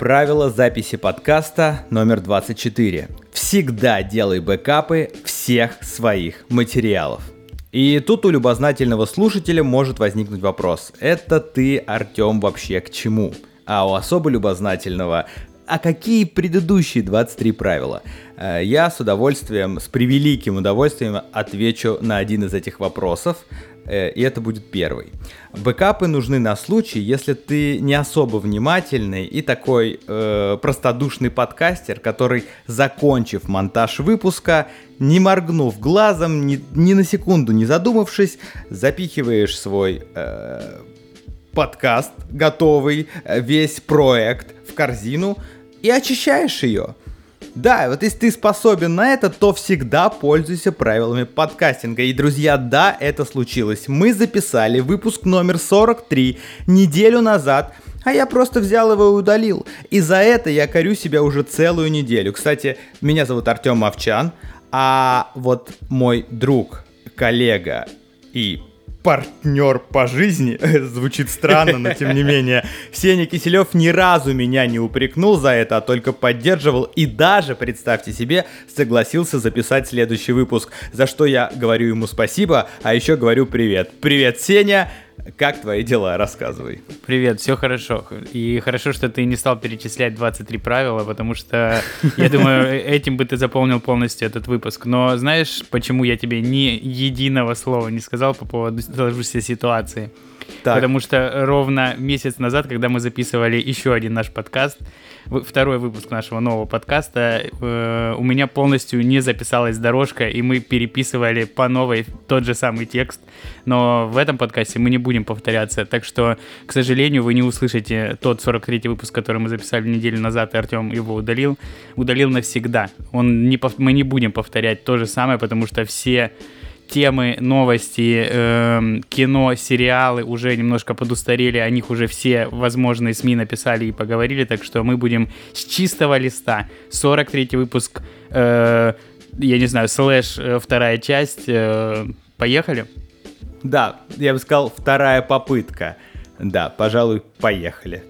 Правило записи подкаста номер 24. Всегда делай бэкапы всех своих материалов. И тут у любознательного слушателя может возникнуть вопрос. Это ты, Артём, вообще к чему? А у особо любознательного: а какие предыдущие 23 правила? Я с превеликим удовольствием отвечу на один из этих вопросов. И это будет первый. Бэкапы нужны на случай, если ты не особо внимательный и такой простодушный подкастер, который, закончив монтаж выпуска, не моргнув глазом, ни на секунду не задумавшись, запихиваешь свой подкаст, готовый, весь проект в корзину и очищаешь ее. Да, вот если ты способен на это, то всегда пользуйся правилами подкастинга. И, друзья, да, это случилось. Мы записали выпуск номер 43 неделю назад, а я просто взял его и удалил. И за это я корю себя уже целую неделю. Кстати, меня зовут Артём Мовчан, а вот мой друг, коллега и партнер по жизни, звучит странно, но тем не менее, Сеня Киселев ни разу меня не упрекнул за это, а только поддерживал и даже, представьте себе, согласился записать следующий выпуск, за что я говорю ему спасибо, а еще говорю привет. Привет, Сеня! Как твои дела? Рассказывай. Привет, все хорошо. И хорошо, что ты не стал перечислять 23 правила, потому что, я думаю, этим бы ты заполнил полностью этот выпуск. Но знаешь, почему я тебе ни единого слова не сказал по поводу сложившейся ситуации? Так. Потому что ровно месяц назад, когда мы записывали еще один наш подкаст, второй выпуск нашего нового подкаста, у меня полностью не записалась дорожка, и мы переписывали по новой тот же самый текст. Но в этом подкасте мы не будем повторяться, так что, к сожалению, вы не услышите тот 43-й выпуск, который мы записали неделю назад, и Артём его удалил навсегда. Мы не будем повторять то же самое, потому что все темы, новости, кино, сериалы уже немножко подустарели, о них уже все возможные СМИ написали и поговорили, так что мы будем с чистого листа. 43-й выпуск, я не знаю, вторая часть, поехали? Да, я бы сказал, вторая попытка. Да, пожалуй, поехали.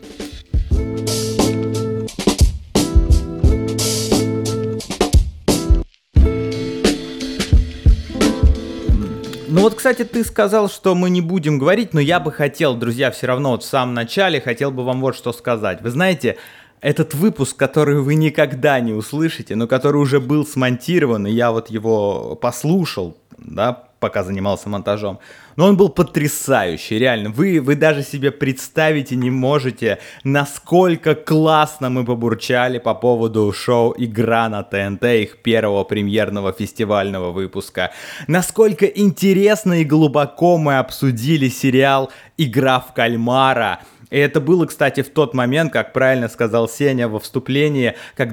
Ну вот, кстати, ты сказал, что мы не будем говорить, но я бы хотел, друзья, все равно вот в самом начале хотел бы вам вот что сказать. Вы знаете, этот выпуск, который вы никогда не услышите, но который уже был смонтирован, и я вот его послушал, да, пока занимался монтажом, но он был потрясающий, реально. Вы даже себе представить не можете, насколько классно мы побурчали по поводу шоу «Игра» на ТНТ, их первого премьерного фестивального выпуска. Насколько интересно и глубоко мы обсудили сериал «Игра в кальмара». И это было, кстати, в тот момент, как правильно сказал Сеня во вступлении,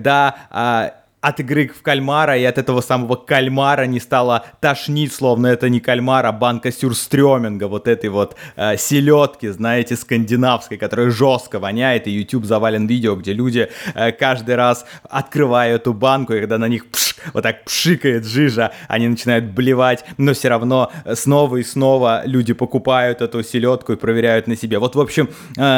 когда от игры в кальмара и от этого самого кальмара не стало тошнить, словно это не кальмар, а банка сюрстрёминга, вот этой вот селедки, знаете, скандинавской, которая жестко воняет, и YouTube завален видео, где люди каждый раз, открывая эту банку, и когда на них вот так пшикает жижа, они начинают блевать, но все равно снова и снова люди покупают эту селедку и проверяют на себе. Вот, в общем,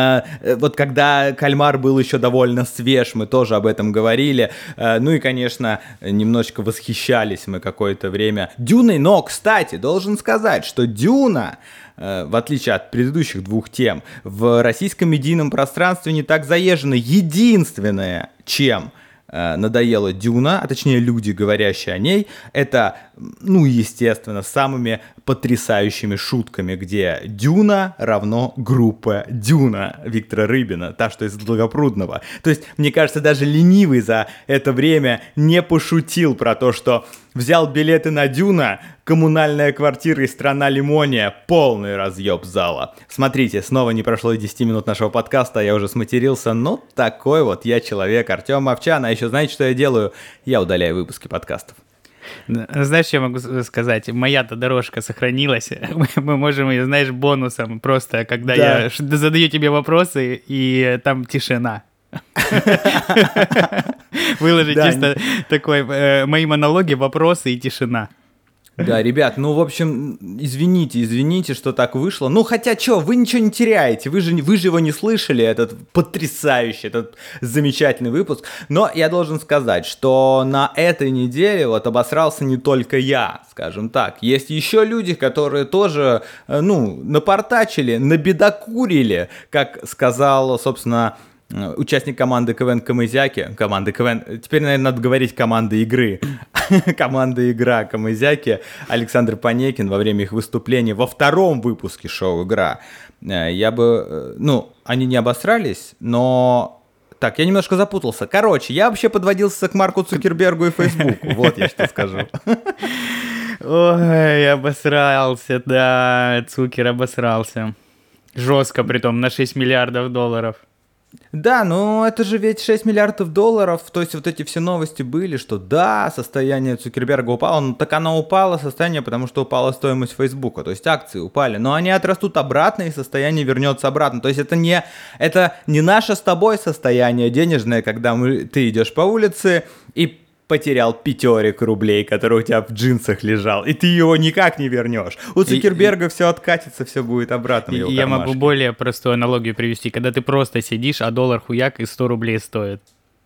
вот когда кальмар был еще довольно свеж, мы тоже об этом говорили, ну и, конечно, немножечко восхищались мы какое-то время Дюной, но, кстати, должен сказать, что Дюна, в отличие от предыдущих двух тем, в российском медийном пространстве не так заезжена. Единственное, чем надоела Дюна, а точнее люди, говорящие о ней, это, ну, естественно, самыми потрясающими шутками, где Дюна равно группа Дюна Виктора Рыбина, та, что из Благопрудного. То есть, мне кажется, даже ленивый за это время не пошутил про то, что взял билеты на Дюна, коммунальная квартира и страна Лимония, полный разъеб зала. Смотрите, снова не прошло и 10 минут нашего подкаста, а я уже сматерился. Ну, такой вот я человек, Артём Мовчан. А еще знаете, что я делаю? Я удаляю выпуски подкастов. Знаешь, что я могу сказать? Моя-то дорожка сохранилась. Мы можем ее, знаешь, бонусом просто, когда я задаю тебе вопросы, и там тишина. Выложить чисто такой мои монологи, вопросы и тишина. Да, ребят, ну, в общем, извините, что так вышло. Ну, хотя, что, вы ничего не теряете, вы же его не слышали, этот потрясающий, этот замечательный выпуск. Но я должен сказать, что на этой неделе вот обосрался не только я, скажем так. Есть еще люди, которые тоже, ну, напортачили, набедокурили, как сказал, собственно, участник команды КВН Камызяки, команды КВН, теперь, наверное, надо говорить команды игры, команда «Игра» Камызяки, Александр Панекин во время их выступления во втором выпуске шоу «Игра». Я бы, ну, они не обосрались, но... Так, я немножко запутался. Короче, я вообще подводился к Марку Цукербергу и Фейсбуку, вот я что скажу. Ой, обосрался, да, Цукер обосрался. Жестко, притом, на 6 миллиардов долларов. Да, ну это же ведь 6 миллиардов долларов, то есть вот эти все новости были, что да, состояние Цукерберга упало, ну так оно упало, состояние, потому что упала стоимость Фейсбука, то есть акции упали, но они отрастут обратно, и состояние вернется обратно, то есть это не наше с тобой состояние денежное, когда ты идешь по улице и потерял 5 рублей, который у тебя в джинсах лежал, и ты его никак не вернешь. У Цукерберга все откатится, все будет обратно в его Я кармашке. могу более простую аналогию привести, когда ты просто сидишь, а доллар хуяк и 100 рублей стоит.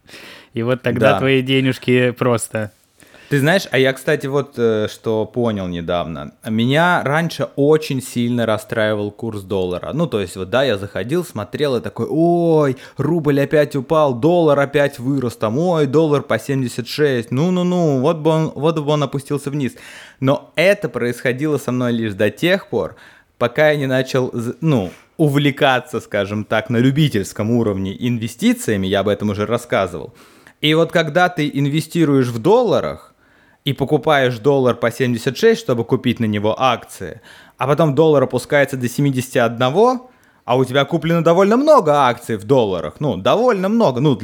И вот тогда твои денежки просто... Ты знаешь, а я, кстати, вот что понял недавно. Меня раньше очень сильно расстраивал курс доллара. Ну, то есть, вот, да, я заходил, смотрел и такой, ой, рубль опять упал, доллар опять вырос, там, ой, доллар по 76, ну, вот бы он опустился вниз. Но это происходило со мной лишь до тех пор, пока я не начал, ну, увлекаться, скажем так, на любительском уровне инвестициями, я об этом уже рассказывал. И вот когда ты инвестируешь в долларах, и покупаешь доллар по 76, чтобы купить на него акции, а потом доллар опускается до 71, а у тебя куплено довольно много акций в долларах, ну, довольно много, ну,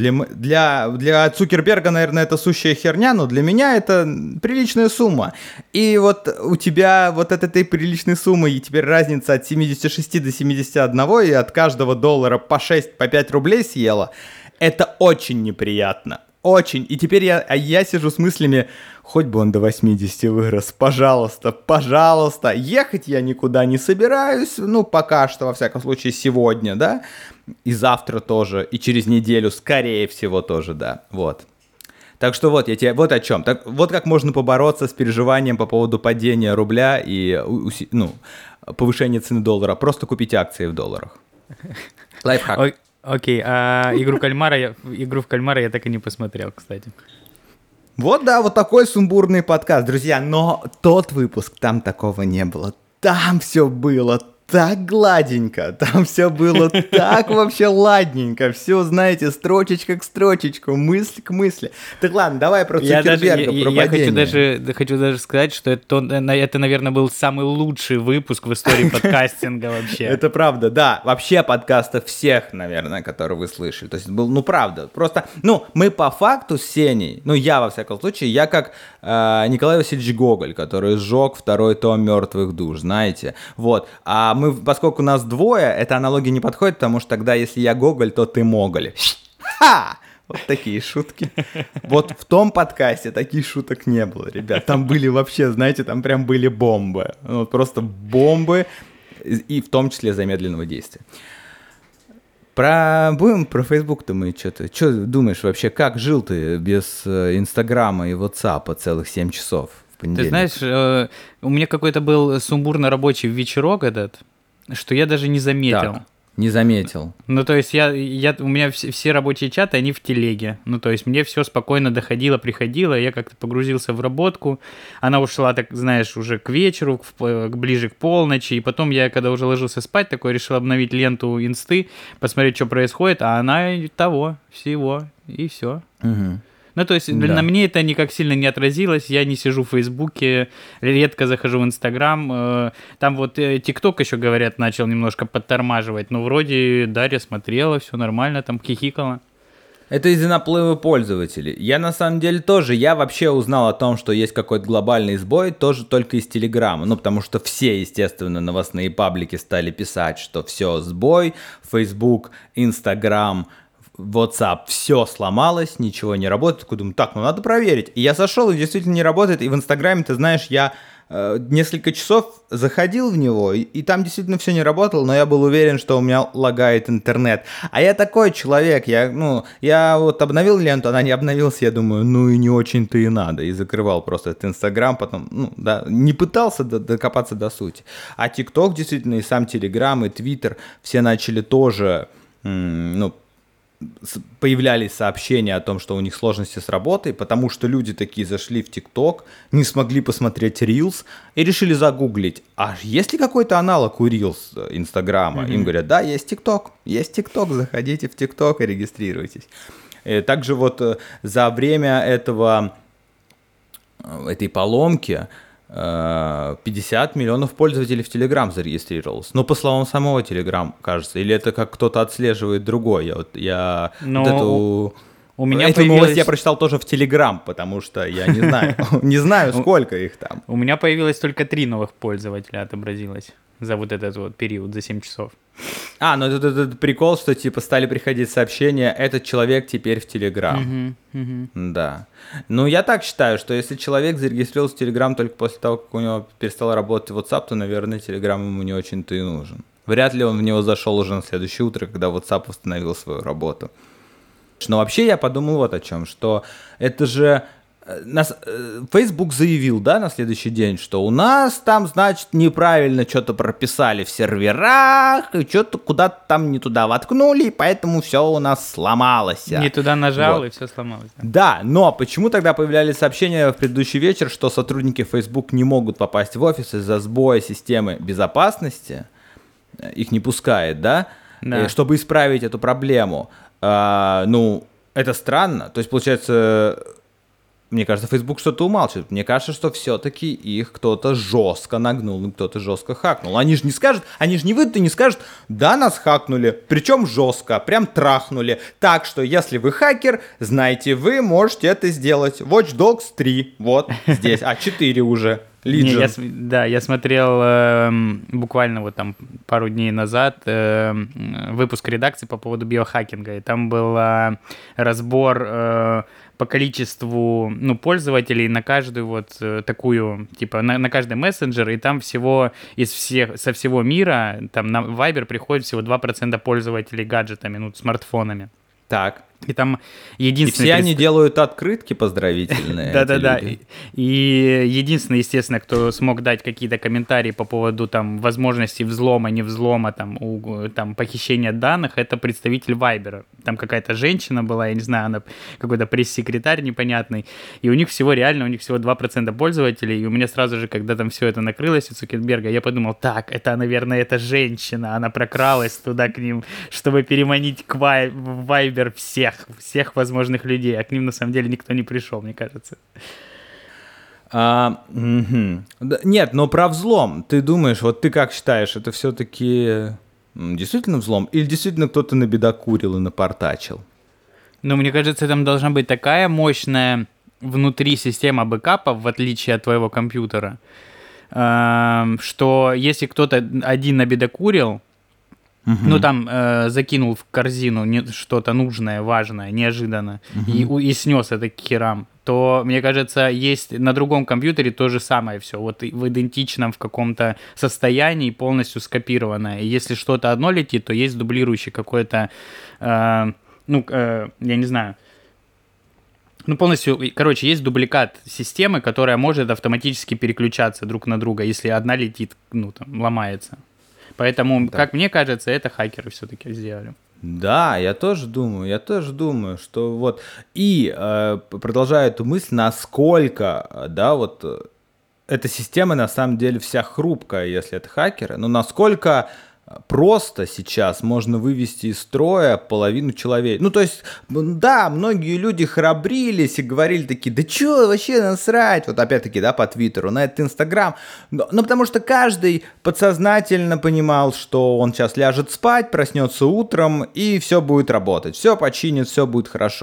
для Цукерберга, наверное, это сущая херня, но для меня это приличная сумма, и вот у тебя вот от этой приличной суммы, и теперь разница от 76 до 71, и от каждого доллара по 6, по 5 рублей съела, это очень неприятно. Очень. И теперь я сижу с мыслями, хоть бы он до 80 вырос, пожалуйста, пожалуйста. Ехать я никуда не собираюсь, ну, пока что, во всяком случае, сегодня, да, и завтра тоже, и через неделю, скорее всего, тоже, да, вот. Так что вот, я тебе, вот о чем. Так, вот как можно побороться с переживанием по поводу падения рубля и, ну, повышения цены доллара. Просто купить акции в долларах. Лайфхак. Окей, а игру в кальмара я так и не посмотрел, кстати. Вот, да, вот такой сумбурный подкаст, друзья, но тот выпуск, там такого не было. Там все было так гладенько, там все было так вообще ладненько, все, знаете, строчечка к строчечку, мысль к мысли. Так ладно, давай про Цукерберга, про падение. Я хочу даже сказать, что это, наверное, был самый лучший выпуск в истории подкастинга вообще. Это правда, да, вообще подкастов всех, наверное, которые вы слышали. То есть был, ну, правда, просто, ну, мы по факту с Сеней, ну, я, во всяком случае, я как Николай Васильевич Гоголь, который сжег второй том «Мертвых душ», знаете, вот, а мы, поскольку нас двое, эта аналогия не подходит, потому что тогда, если я Гоголь, то ты Моголь. Ха! Вот такие шутки. Вот в том подкасте таких шуток не было, ребят. Там были вообще, знаете, там прям были бомбы. Ну, просто бомбы, и в том числе замедленного действия. Будем про Facebook-то мы что-то... Что думаешь вообще, как жил ты без Инстаграма и WhatsApp целых 7 часов? Ты знаешь, у меня какой-то был сумбурно-рабочий вечерок этот, что я даже не заметил. Так, не заметил. Ну, то есть у меня все рабочие чаты, они в телеге. Ну, то есть мне все спокойно доходило, приходило, я как-то погрузился в работку. Она ушла, так знаешь, уже к вечеру, ближе к полночи. И потом я, когда уже ложился спать, такой решил обновить ленту инсты, посмотреть, что происходит, а она того, всего, и все. Угу. Ну, то есть на мне это никак сильно не отразилось, я не сижу в Фейсбуке, редко захожу в Инстаграм, там вот ТикТок еще, говорят, начал немножко подтормаживать, но вроде Дарья смотрела, все нормально, там хихикала. Это из-за наплыва пользователей. Я на самом деле тоже, я вообще узнал о том, что есть какой-то глобальный сбой, тоже только из Телеграма. Ну, потому что все, естественно, новостные паблики стали писать, что все, сбой, Facebook, Instagram, WhatsApp, все сломалось, ничего не работает. Такой думаю, так, ну надо проверить. И я зашел, и действительно не работает. И в Инстаграме, ты знаешь, я несколько часов заходил в него, и там действительно все не работало, но я был уверен, что у меня лагает интернет. А я такой человек, я вот обновил ленту, она не обновилась, я думаю, ну и не очень-то и надо, и закрывал просто этот Инстаграм, потом, не пытался докопаться до сути. А ТикТок действительно, и сам Телеграм, и Твиттер, все начали тоже, появлялись сообщения о том, что у них сложности с работой, потому что люди такие зашли в ТикТок, не смогли посмотреть Reels и решили загуглить, а есть ли какой-то аналог у Reels Инстаграма? Им говорят, да, есть ТикТок, заходите в ТикТок и регистрируйтесь. И также вот за время этой поломки 50 миллионов пользователей в Telegram зарегистрировалось. Но по словам самого Telegram, кажется, или это как кто-то отслеживает другой. У меня Эту новость я прочитал тоже в Telegram, потому что я не знаю, сколько их там. У меня появилось только 3 новых пользователя отобразилось за вот этот вот период, за 7 часов. Это прикол, что типа стали приходить сообщения, этот человек теперь в Telegram. Да. Я так считаю, что если человек зарегистрировался в Telegram только после того, как у него перестал работать WhatsApp, то, наверное, Telegram ему не очень-то и нужен. Вряд ли он в него зашел уже на следующее утро, когда WhatsApp восстановил свою работу. Но вообще я подумал вот о чем, что это же... Facebook заявил, да, на следующий день, что у нас там, значит, неправильно что-то прописали в серверах, и что-то куда-то там не туда воткнули, и поэтому все у нас сломалось. Не туда нажал, и все сломалось. Да, но почему тогда появлялись сообщения в предыдущий вечер, что сотрудники Facebook не могут попасть в офис из-за сбоя системы безопасности, их не пускает, да? Чтобы исправить эту проблему. Это странно. То есть, получается... Мне кажется, Facebook что-то умалчивает. Мне кажется, что все-таки их кто-то жестко нагнул, кто-то жестко хакнул. Они же не выйдут и не скажут, да, нас хакнули, причем жестко, прям трахнули. Так что, если вы хакер, знайте, вы можете это сделать. Watch Dogs 3, вот здесь, 4 уже. Я смотрел буквально вот там пару дней назад выпуск редакции по поводу биохакинга, и там был разбор по количеству пользователей на каждую вот такую, типа на каждый мессенджер, и там всего со всего мира, там на Viber приходит всего 2% пользователей гаджетами, смартфонами. Так. И там единственный... И все они делают открытки поздравительные. Да-да-да. И единственный, естественно, кто смог дать какие-то комментарии по поводу там возможности взлома, не взлома, там похищения данных, это представитель Вайбера. Там какая-то женщина была, я не знаю, она какой-то пресс-секретарь непонятный. И у них всего 2% пользователей. И у меня сразу же, когда там все это накрылось у Цукерберга, я подумал, так, это, наверное, эта женщина. Она прокралась туда к ним, чтобы переманить в Вайбер всех возможных людей, а к ним на самом деле никто не пришел, мне кажется. Нет, но про взлом, ты думаешь, вот ты как считаешь, это все-таки действительно взлом или действительно кто-то набедокурил и напортачил? Мне кажется, там должна быть такая мощная внутри система бэкапов, в отличие от твоего компьютера, что если кто-то один набедокурил, закинул в корзину что-то нужное, важное, неожиданно, и снес это к херам, то, мне кажется, есть на другом компьютере то же самое все, вот в идентичном в каком-то состоянии, полностью скопированное. И если что-то одно летит, то есть дублирующий какой-то, я не знаю, полностью, есть дубликат системы, которая может автоматически переключаться друг на друга, если одна летит, ломается. Поэтому, как мне кажется, это хакеры все-таки сделали. Да, я тоже думаю, что вот... И продолжая эту мысль, насколько, да, вот эта система на самом деле вся хрупкая, если это хакеры, но насколько просто сейчас можно вывести из строя половину человека. То есть, да, многие люди храбрились и говорили такие, да чё вообще насрать, вот опять-таки, да, по Твиттеру, на этот Инстаграм, но потому что каждый подсознательно понимал, что он сейчас ляжет спать, проснется утром, и все будет работать, все починит, все будет хорошо.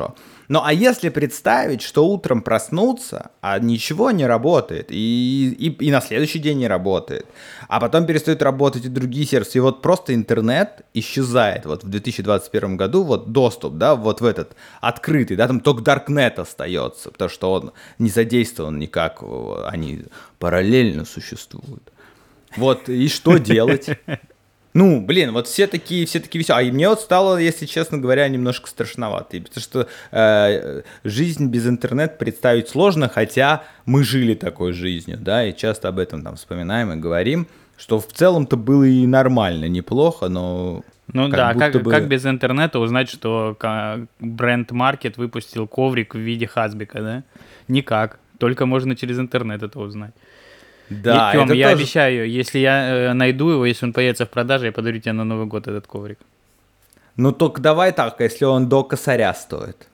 Ну, а если представить, что утром проснуться, а ничего не работает, и на следующий день не работает, а потом перестают работать и другие сервисы, и вот просто интернет исчезает. Вот в 2021 году вот доступ, да, вот в этот открытый, да, там только Darknet остается, потому что он не задействован никак, они параллельно существуют. Вот, и что делать? Ну, блин, вот все такие веселые. А и мне вот стало, если честно говоря, немножко страшновато. Потому что жизнь без интернета представить сложно, хотя мы жили такой жизнью, да, и часто об этом там вспоминаем и говорим, что в целом-то было и нормально, неплохо, но... Ну да, как без интернета узнать, что бренд Market выпустил коврик в виде хасбика, да? Никак, только можно через интернет это узнать. Да, Тём, это я тоже... обещаю, если я найду его, если он появится в продаже, я подарю тебе на Новый год этот коврик. Ну только давай так, если он до косаря стоит.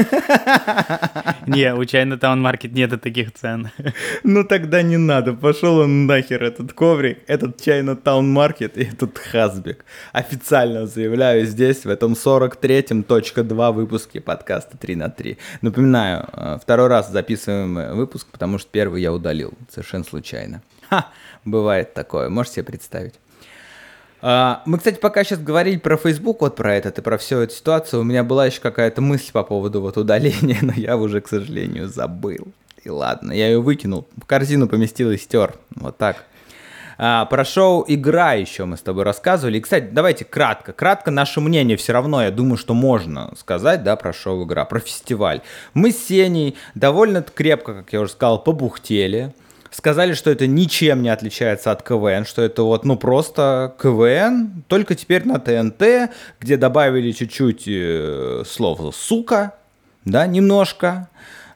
Не, у Chinatown Market нет таких цен. Ну тогда не надо, пошел он нахер, этот коврик, этот Chinatown Market и этот хасбик. Официально заявляю здесь, в этом 43.2 выпуске подкаста 3 на 3. Напоминаю, второй раз записываем выпуск, потому что первый я удалил, совершенно случайно. Бывает такое, можете себе представить. Мы, кстати, пока сейчас говорили про Facebook, вот про этот и про всю эту ситуацию, у меня была еще какая-то мысль по поводу вот удаления, но я уже, к сожалению, забыл. И ладно, я ее выкинул, в корзину поместил и стер, вот так. Про шоу «Игра» еще мы с тобой рассказывали. И, кстати, давайте кратко наше мнение все равно, я думаю, что можно сказать, да, про шоу «Игра», про фестиваль. Мы с Сеней довольно крепко, как я уже сказал, побухтели. Сказали, что это ничем не отличается от КВН, что это вот, ну, просто КВН, только теперь на ТНТ, где добавили чуть-чуть слова «сука», да, немножко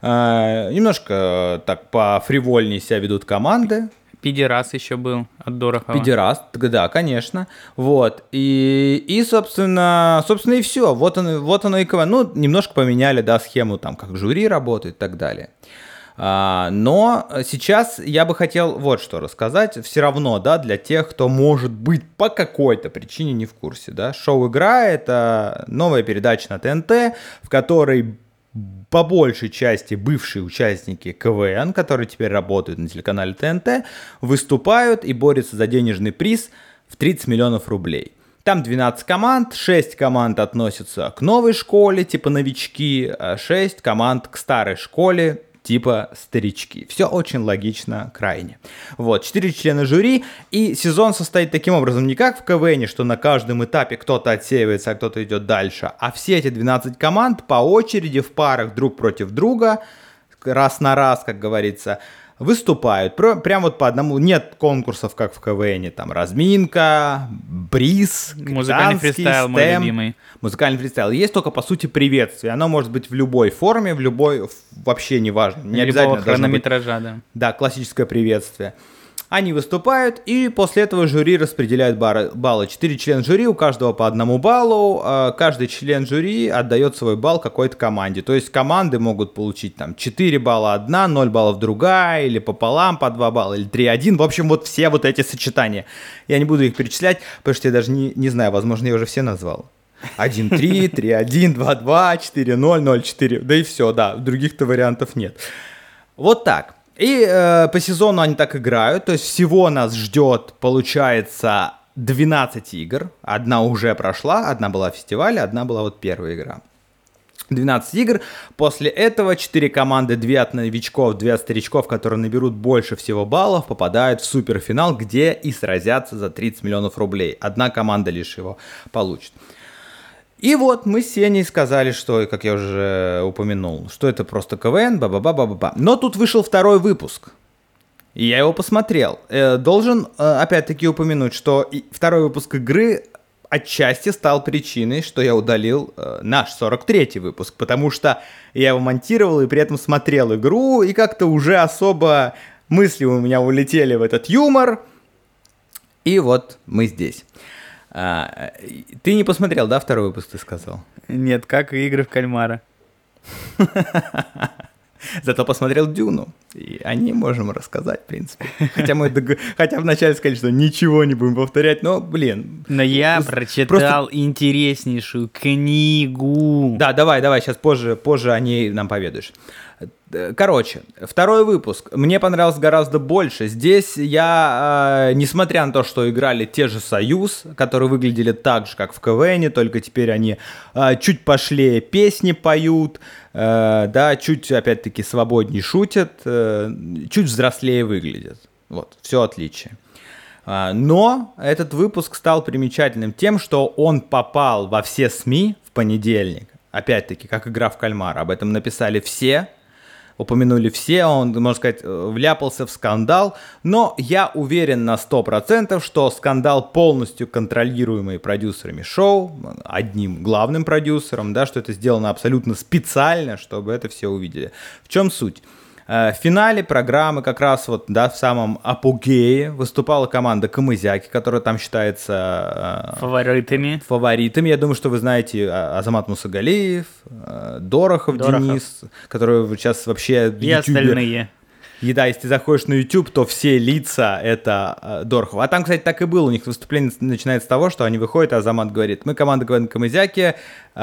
так пофривольнее себя ведут команды. Пидерас еще был от Дорохова. Пидерас, да, конечно. Вот. И собственно, и все. Вот оно и КВН. Ну, немножко поменяли, да, схему, там, как жюри работает и так далее. Но сейчас я бы хотел вот что рассказать. Все равно, да, для тех, кто может быть по какой-то причине не в курсе, да. Шоу «Игра» — это новая передача на ТНТ, в которой по большей части бывшие участники КВН, которые теперь работают на телеканале ТНТ, выступают и борются за денежный приз в 30 миллионов рублей. Там 12 команд, 6 команд относятся к новой школе, типа новички, а 6 команд к старой школе, типа старички. Все очень логично, крайне. Вот, 4 члена жюри, и сезон состоит таким образом, не как в КВН, что на каждом этапе кто-то отсеивается, а кто-то идет дальше, а все эти 12 команд по очереди в парах друг против друга, раз на раз, как говорится, выступают. Прям вот по одному. Нет конкурсов, как в КВН, там разминка, бриз, музыкальный фристайл, стем, мой любимый. Музыкальный фристайл. Есть только, по сути, приветствие. Оно может быть в любой форме, вообще неважно. Не обязательно любого хронометража, да. Да, классическое приветствие. Они выступают, и после этого жюри распределяет баллы. 4 члена жюри, у каждого по одному баллу. Каждый член жюри отдает свой балл какой-то команде. То есть команды могут получить там 4 балла одна, 0 баллов другая, или пополам по 2 балла, или 3-1. В общем, вот все вот эти сочетания. Я не буду их перечислять, потому что я даже не знаю, возможно, я уже все назвал. 1-3, 3-1, 2-2, 4-0, 0-4. Да и все, да, других-то вариантов нет. Вот так. И по сезону они так играют, то есть всего нас ждет, получается, 12 игр. Одна уже прошла, одна была в фестивале, одна была вот первая игра. 12 игр, после этого 4 команды, 2 от новичков, 2 от старичков, которые наберут больше всего баллов, попадают в суперфинал, где и сразятся за 30 миллионов рублей. Одна команда лишь его получит. И вот мы с Сеней сказали, что, как я уже упомянул, что это просто КВН, ба-ба-ба-ба-ба. Но тут вышел второй выпуск, и я его посмотрел. Должен, опять-таки, упомянуть, что второй выпуск игры отчасти стал причиной, что я удалил наш 43-й выпуск, потому что я его монтировал и при этом смотрел игру, и как-то уже особо мысли у меня улетели в этот юмор, и вот мы здесь. Ты не посмотрел, да, второй выпуск, ты сказал? Нет, как и игры в кальмара. Зато посмотрел «Дюну». И о ней можем рассказать, в принципе. Хотя вначале сказали, что ничего не будем повторять, но, блин. Но я прочитал интереснейшую книгу. Да, давай, сейчас позже о ней нам поведаешь. Короче, второй выпуск мне понравился гораздо больше. Здесь я, несмотря на то, что играли те же «Союз», которые выглядели так же, как в КВНе, только теперь они чуть пошлее песни поют, да, чуть, опять-таки, свободнее шутят, чуть взрослее выглядят. Вот, все отличие. Но этот выпуск стал примечательным тем, что он попал во все СМИ в понедельник. Опять-таки, как игра в кальмара. Об этом написали все. Упомянули все, он, можно сказать, вляпался в скандал, но я уверен на 100%, что скандал полностью контролируемый продюсерами шоу, одним главным продюсером, да, что это сделано абсолютно специально, чтобы это все увидели. В чем суть? В финале программы, как раз вот, да, в самом апогее, выступала команда Камызяки, которая там считается фаворитами. Я думаю, что вы знаете Азамат Мусагалиев, Дорохов Денис, который сейчас вообще в и YouTube... остальные. И да, если ты заходишь на YouTube, то все лица это Дорохов. А там, кстати, так и было. У них выступление начинается с того, что они выходят, а Азамат говорит: мы команда Камызяки,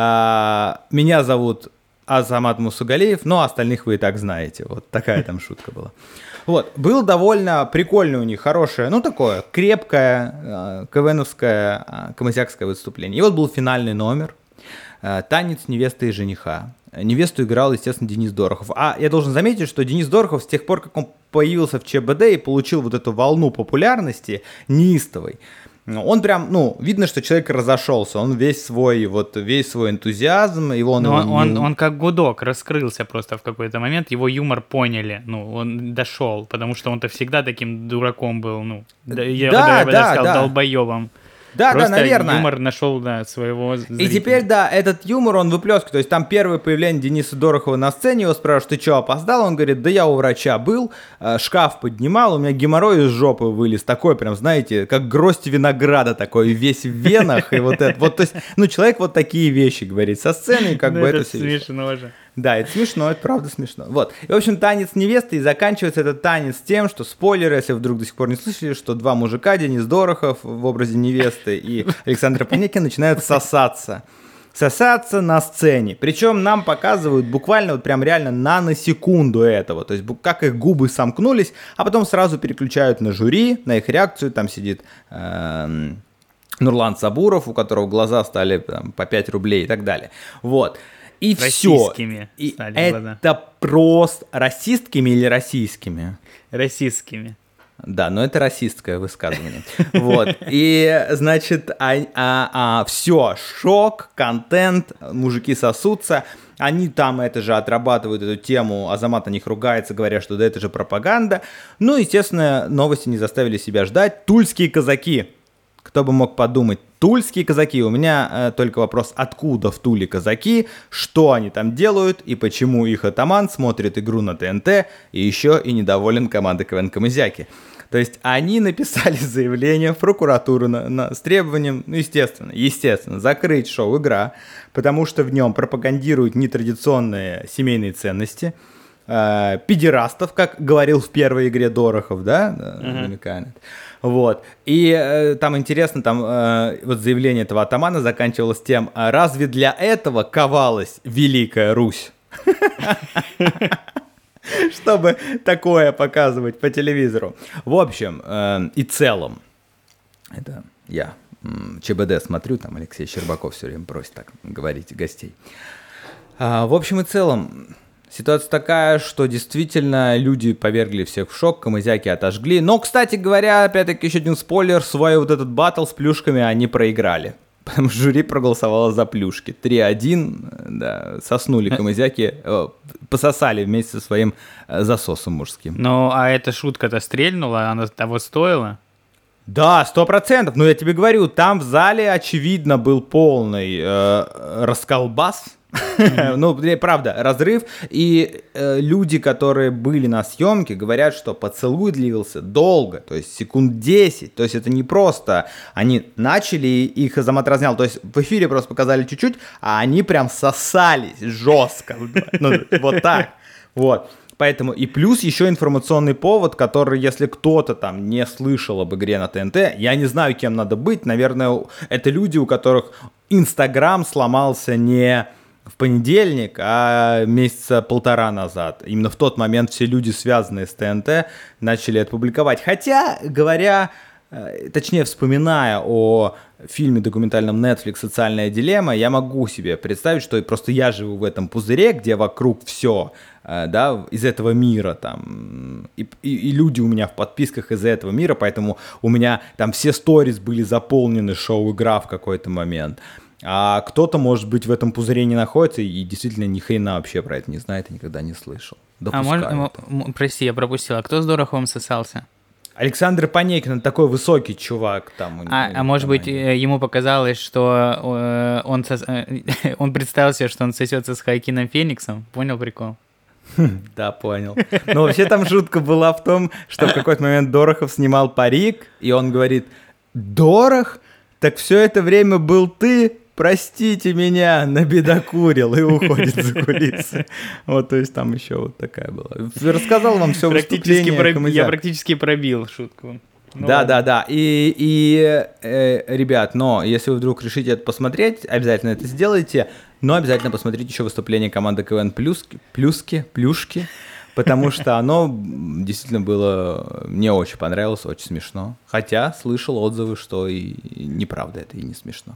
меня зовут Азамат Мусагалиев, но остальных вы и так знаете. Вот такая там шутка была. Вот, было довольно прикольное у них, хорошее, ну такое крепкое КВНовское, камызякское выступление. И вот был финальный номер, танец невесты и жениха. Невесту играл, естественно, Денис Дорохов. А я должен заметить, что Денис Дорохов с тех пор, как он появился в ЧБД и получил вот эту волну популярности неистовой, он прям, ну, видно, что человек разошелся, он весь свой энтузиазм, он как гудок раскрылся просто в какой-то момент, его юмор поняли, ну, он дошел, потому что он-то всегда таким дураком был, ну, я бы даже сказал, долбоебом. Да, просто наверное. Юмор нашел, своего зрителя. И теперь, этот юмор, он выплескивает. То есть там первое появление Дениса Дорохова на сцене, его спрашивают: ты что, опоздал? Он говорит: да я у врача был, шкаф поднимал, у меня геморрой из жопы вылез. Такой прям, знаете, как гроздь винограда такой, весь в венах. И вот это. Вот, то есть, ну, человек вот такие вещи говорит со сцены, как бы это смешно же. Да, это смешно, это правда смешно. Вот. И, в общем, танец невесты, и заканчивается этот танец тем, что, спойлеры, если вдруг до сих пор не слышали, что два мужика, Денис Дорохов в образе невесты и Александр Панекин, начинают сосаться на сцене. Причем нам показывают буквально вот прям реально наносекунду этого. То есть как их губы сомкнулись, а потом сразу переключают на жюри, на их реакцию. Там сидит Нурлан Сабуров, у которого глаза стали там, по 5 рублей и так далее. Вот. И все. И это просто расистскими или российскими? Российскими. Да, но это расистское высказывание. Вот. И, значит, все, шок, контент, мужики сосутся. Они там это же отрабатывают эту тему, Азамат на них ругается, говоря, что да это же пропаганда. Ну, естественно, новости не заставили себя ждать. Тульские казаки. Кто бы мог подумать, тульские казаки. У меня только вопрос: откуда в Туле казаки, что они там делают и почему их атаман смотрит игру на ТНТ и еще и недоволен командой КВН Камызяки. То есть они написали заявление в прокуратуру с требованием, ну, естественно, закрыть шоу «Игра», потому что в нем пропагандируют нетрадиционные семейные ценности, педерастов, как говорил в первой игре Дорохов, да, намекая на это. Вот. И там интересно, там вот заявление этого атамана заканчивалось тем: разве для этого ковалась Великая Русь? Чтобы такое показывать по телевизору. В общем и целом, это я ЧБД смотрю, там Алексей Щербаков все время просит так говорить гостей. В общем и целом, ситуация такая, что действительно люди повергли всех в шок, камызяки отожгли. Но, кстати говоря, опять-таки еще один спойлер: свой вот этот баттл с плюшками они проиграли. Потому что жюри проголосовало за плюшки. 3-1, да, соснули камызяки, пососали вместе со своим засосом мужским. Ну, а эта шутка-то стрельнула, она того стоила? Да, 100%. Ну, я тебе говорю, там в зале, очевидно, был полный расколбас. Ну, правда, разрыв. И люди, которые были на съемке, говорят, что поцелуй длился долго, то есть секунд 10. То есть это не просто они начали, их Азамат разнял. То есть в эфире просто показали чуть-чуть, а они прям сосались жестко. Ну, вот так. Вот. Поэтому и плюс еще информационный повод, который, если кто-то там не слышал об игре на ТНТ, я не знаю, кем надо быть, наверное, это люди, у которых Инстаграм сломался не в понедельник, а месяца полтора назад. Именно в тот момент все люди, связанные с ТНТ, начали это публиковать. Хотя, точнее, вспоминая о фильме документальном Netflix «Социальная дилемма», я могу себе представить, что просто я живу в этом пузыре, где вокруг все, да, из этого мира, там, и люди у меня в подписках из этого мира, поэтому у меня там все сторис были заполнены шоу-игра в какой-то момент. А кто-то, может быть, в этом пузыре не находится и действительно ни хрена вообще про это не знает и никогда не слышал. Прости, я пропустил. А кто с Дороховым сосался? Александр Панейкин, такой высокий чувак там. Может быть, ему показалось, что он представил себе, что он сосется с Хоакином Фениксом? Понял прикол? Да, понял. Но вообще там шутка была в том, что в какой-то момент Дорохов снимал парик, и он говорит: «Дорох, так все это время был ты? Простите меня, набедокурил», и уходит за кулисы. Вот, то есть там еще вот такая была. Рассказал вам все выступление. Я практически пробил шутку. Да. И ребят, но если вы вдруг решите это посмотреть, обязательно это сделайте, но обязательно посмотрите еще выступление команды КВН Плюшки, потому что оно действительно было, мне очень понравилось, очень смешно. Хотя слышал отзывы, что и неправда это, и не смешно.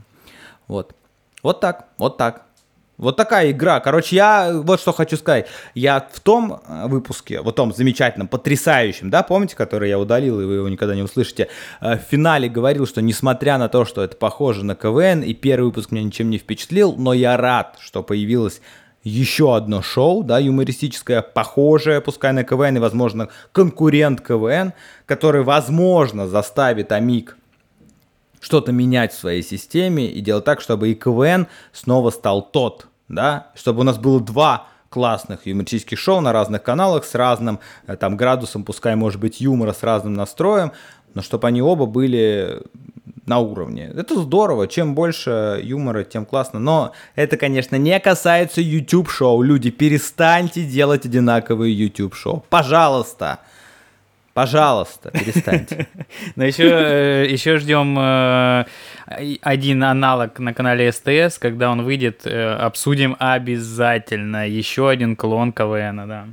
Вот так. Вот такая игра. Короче, я вот что хочу сказать. Я в том выпуске, в том замечательном, потрясающем, да, помните, который я удалил, и вы его никогда не услышите, в финале говорил, что несмотря на то, что это похоже на КВН, и первый выпуск меня ничем не впечатлил, но я рад, что появилось еще одно шоу, да, юмористическое, похожее, пускай на КВН, и, возможно, конкурент КВН, который, возможно, заставит АМИК что-то менять в своей системе и делать так, чтобы и КВН снова стал тот, да, чтобы у нас было два классных юмористических шоу на разных каналах с разным там градусом, пускай, может быть, юмора, с разным настроем, но чтобы они оба были на уровне. Это здорово, чем больше юмора, тем классно, но это, конечно, не касается YouTube-шоу. Люди, перестаньте делать одинаковые YouTube-шоу, пожалуйста. Пожалуйста, перестаньте. Но еще ждем один аналог на канале СТС, когда он выйдет, обсудим обязательно. Еще один клон КВН, да.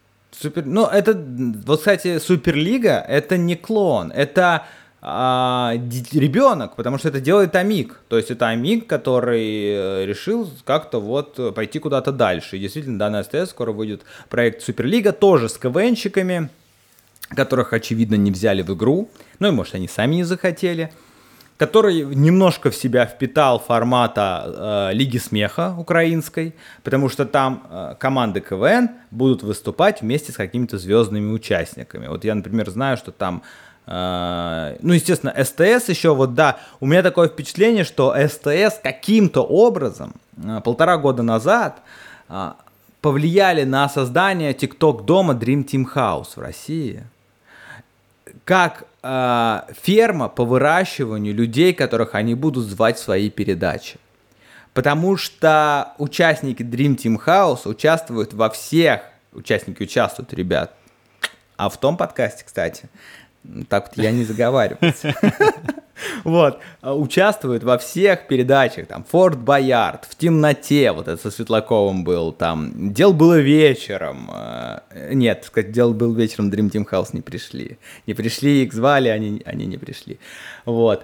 Это, вот, кстати, Суперлига — это не клон, это ребенок, потому что это делает АМИК. То есть это АМИК, который решил как-то вот пойти куда-то дальше. И действительно, да, на СТС скоро выйдет проект Суперлига, тоже с КВНщиками, которых, очевидно, не взяли в игру, ну и, может, они сами не захотели, который немножко в себя впитал формата Лиги смеха украинской, потому что там команды КВН будут выступать вместе с какими-то звездными участниками. Вот я, например, знаю, что там, естественно, СТС еще, вот да, у меня такое впечатление, что СТС каким-то образом 1,5 года назад повлияли на создание TikTok-дома Dream Team House в России. Как ферма по выращиванию людей, которых они будут звать в свои передачи. Потому что участники Dream Team House участвуют во всех, участвуют, ребят. А в том подкасте, кстати, так вот я не заговариваюсь. Вот, участвует во всех передачах, там, Форт Боярд, В темноте, вот это со Светлаковым был, там, Дело было вечером, нет, сказать, Дело было вечером, Dream Team House не пришли, их звали, они не пришли, вот.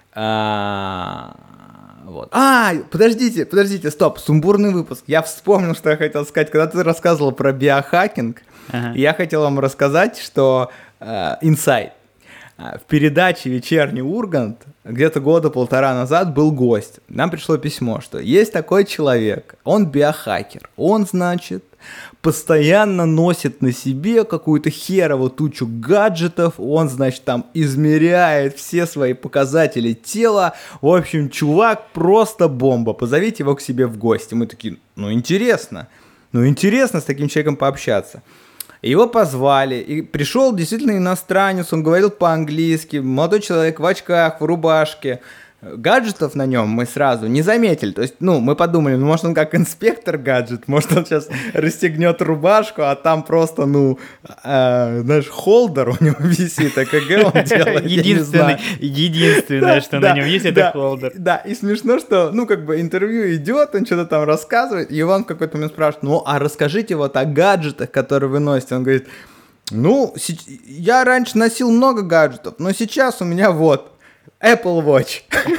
Подождите, стоп, сумбурный выпуск, я вспомнил, что я хотел сказать, когда ты рассказывал про биохакинг, я хотел вам рассказать, что инсайт. В передаче «Вечерний Ургант» где-то 1.5 года назад был гость. Нам пришло письмо, что есть такой человек, он биохакер. Он, значит, постоянно носит на себе какую-то херовую тучу гаджетов. Он, значит, там измеряет все свои показатели тела. В общем, чувак просто бомба. Позовите его к себе в гости. Мы такие, интересно с таким человеком пообщаться. Его позвали, и пришел действительно иностранец, он говорил по-английски, молодой человек в очках, в рубашке, гаджетов на нем мы сразу не заметили. То есть, ну, мы подумали, ну, может, он как инспектор гаджет, может, он сейчас расстегнет рубашку, а там просто, ну, знаешь, холдер у него висит, ЭКГ он делает, Единственное, что на нем есть, это холдер. Да, и смешно, что, ну, как бы интервью идет, он что-то там рассказывает, и он в какой-то момент спрашивает, ну, а расскажите вот о гаджетах, которые вы носите. Он говорит, ну, я раньше носил много гаджетов, но сейчас у меня вот Apple Watch.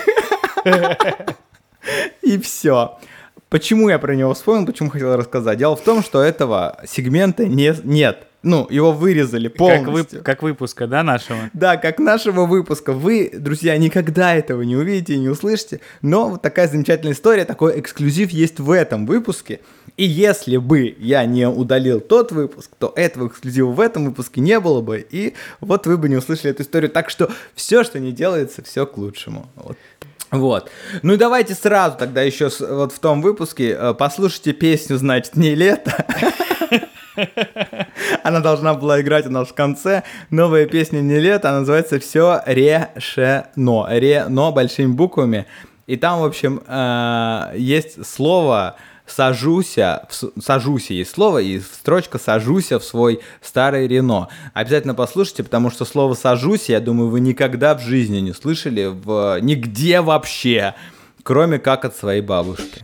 И все. Почему я про него вспомнил, почему хотел рассказать? Дело в том, что этого сегмента нет. Ну, его вырезали полностью. Как выпуска, да, нашего? Да, как нашего выпуска. Вы, друзья, никогда этого не увидите и не услышите, но вот такая замечательная история, такой эксклюзив есть в этом выпуске. И если бы я не удалил тот выпуск, то этого эксклюзива в этом выпуске не было бы, и вот вы бы не услышали эту историю. Так что все, что не делается, все к лучшему. Вот. Ну и давайте сразу тогда еще вот в том выпуске послушайте песню, значит, «Не лето». Она должна была играть у нас в конце. Новая песня «Не лето», она называется «Все решено». Рено большими буквами. И там, в общем, есть слово «сажуся». «Сажуся» есть слово, и строчка «сажуся в свой старый Рено». Обязательно послушайте, потому что слово «сажуся», я думаю, вы никогда в жизни не слышали нигде вообще, кроме как от своей бабушки.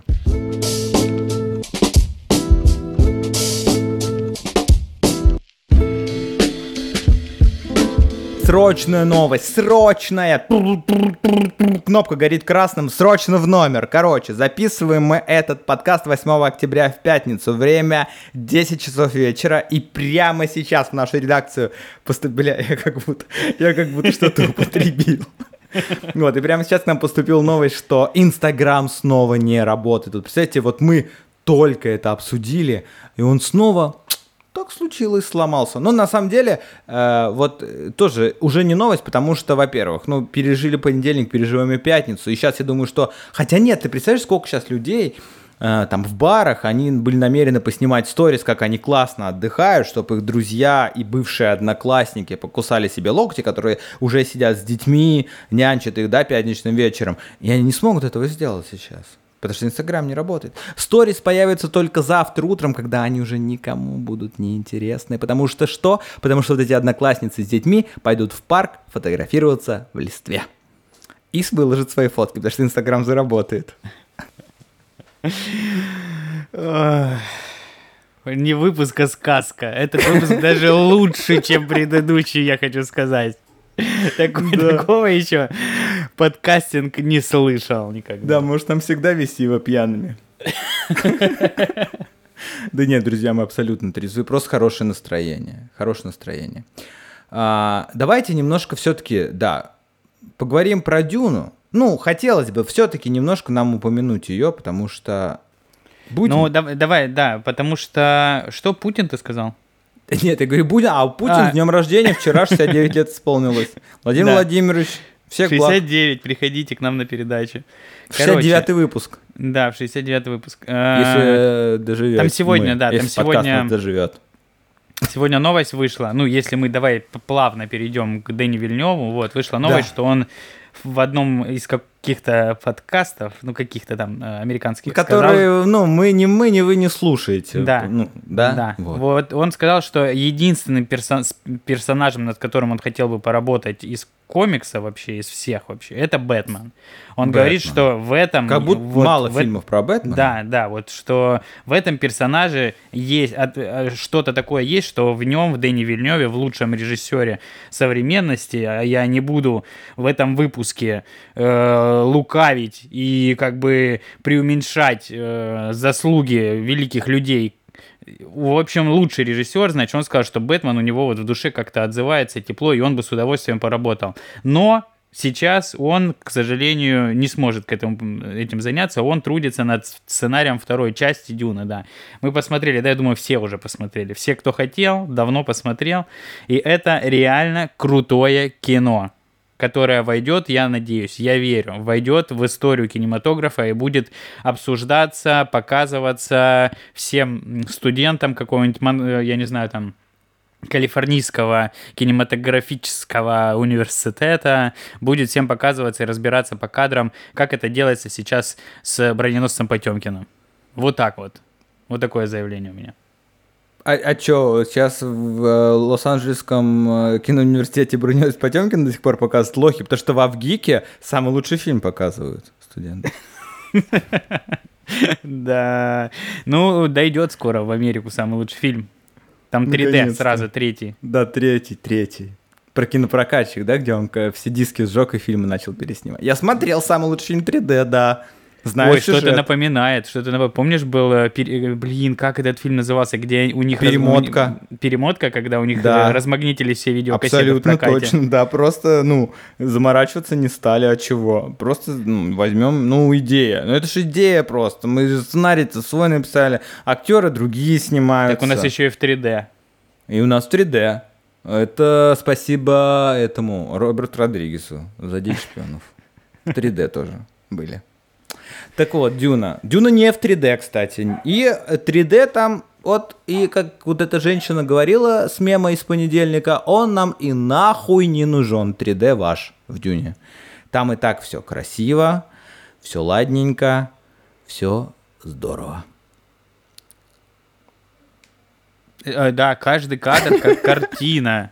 Срочная новость, срочная! Кнопка горит красным, срочно в номер. Короче, записываем мы этот подкаст 8 октября в пятницу. Время 10 часов вечера. И прямо сейчас в нашу редакцию Бля, я как будто что-то употребил. Вот, и прямо сейчас к нам поступила новость, что Инстаграм снова не работает. Вот, представляете, вот мы только это обсудили, и он снова... Так случилось, сломался. Но на самом деле, вот тоже уже не новость, потому что, во-первых, ну, пережили понедельник, переживаем и пятницу. И сейчас я думаю, что... Хотя нет, ты представляешь, сколько сейчас людей там в барах, они были намерены поснимать сторис, как они классно отдыхают, чтобы их друзья и бывшие одноклассники покусали себе локти, которые уже сидят с детьми, нянчат их, да, пятничным вечером. И они не смогут этого сделать сейчас. Потому что Инстаграм не работает. Сторис появятся только завтра утром, когда они уже никому будут неинтересны. Потому что что? Потому что вот эти одноклассницы с детьми пойдут в парк фотографироваться в листве. И выложат свои фотки, потому что Инстаграм заработает. Не выпуск, а сказка. Этот выпуск даже лучше, чем предыдущий, я хочу сказать. Такого еще подкастинг не слышал никогда. Да, может, там всегда вести его пьяными. Да нет, друзья, мы абсолютно трезвы. Просто хорошее настроение. Хорошее настроение. Давайте немножко все-таки, да, поговорим про Дюну. Ну, хотелось бы все-таки немножко нам упомянуть ее, потому что... Будем? Ну, давай, да, потому что... Что Путин ты сказал? Нет, я говорю, Путин с днем рождения, вчера 69 лет исполнилось. Владимир Владимирович, всех благ. 69, приходите к нам на передачу. 69-й выпуск. Да, в 69-й выпуск. Если доживет. Там сегодня, если сегодня доживет. Сегодня новость вышла, ну, если мы давай плавно перейдем к Дэни Вильнёву, вот, вышла новость, что он в одном из каких-то подкастов, ну, каких-то там американских, которые, сказал, вы не слушаете. Да, да. Вот он сказал, что единственным персонажем, над которым он хотел бы поработать из комикса вообще, из всех вообще, это Бэтмен. Он говорит, что в этом... Как будто мало фильмов про Бэтмена. Да, вот что в этом персонаже есть что-то такое есть, что в нем, в Дэни Вильнёве, в лучшем режиссере современности, а я не буду в этом выпуске лукавить и как бы преуменьшать заслуги великих людей. В общем, лучший режиссер, значит, он сказал, что Бэтмен у него вот в душе как-то отзывается тепло, и он бы с удовольствием поработал. Но сейчас он, к сожалению, не сможет этим заняться, он трудится над сценарием второй части Дюны, да. Мы посмотрели, да, я думаю, все уже посмотрели. Все, кто хотел, давно посмотрел. И это реально крутое кино, которая войдет, я надеюсь, я верю, войдет в историю кинематографа и будет обсуждаться, показываться всем студентам какого-нибудь, я не знаю, там, Калифорнийского кинематографического университета будет всем показываться и разбираться по кадрам, как это делается сейчас с броненосцем Потемкиным. Вот так вот. Вот такое заявление у меня. А чё, сейчас в Лос-Анджелесском киноуниверситете броненосец Потемкин до сих пор показывают лохи, потому что в Авгике самый лучший фильм показывают студенты. Да. Ну, дойдет скоро в Америку самый лучший фильм. Там 3D сразу, третий. Да, третий. Про кинопрокатчик, да, где он все диски сжег и фильмы начал переснимать. Я смотрел самый лучший фильм 3D, да. Знаю. Ой, что-то напоминает. Помнишь, был, как этот фильм назывался, где у них... Перемотка. Перемотка, когда у них размагнитились все видеокассеты в прокате. Абсолютно точно, да. Просто, заморачиваться не стали, от чего. Просто возьмем, идея. Это же идея просто. Мы же сценарий-то свой написали, актеры другие снимаются. Так у нас еще и в 3D. И у нас в 3D. Это спасибо этому Роберту Родригесу за 10 шпионов. В 3D тоже были. Так вот, Дюна. Дюна не в 3D, кстати. И 3D там, и как вот эта женщина говорила с мема из понедельника, он нам и нахуй не нужен, 3D ваш в Дюне. Там и так все красиво, все ладненько, все здорово. Да, каждый кадр как картина.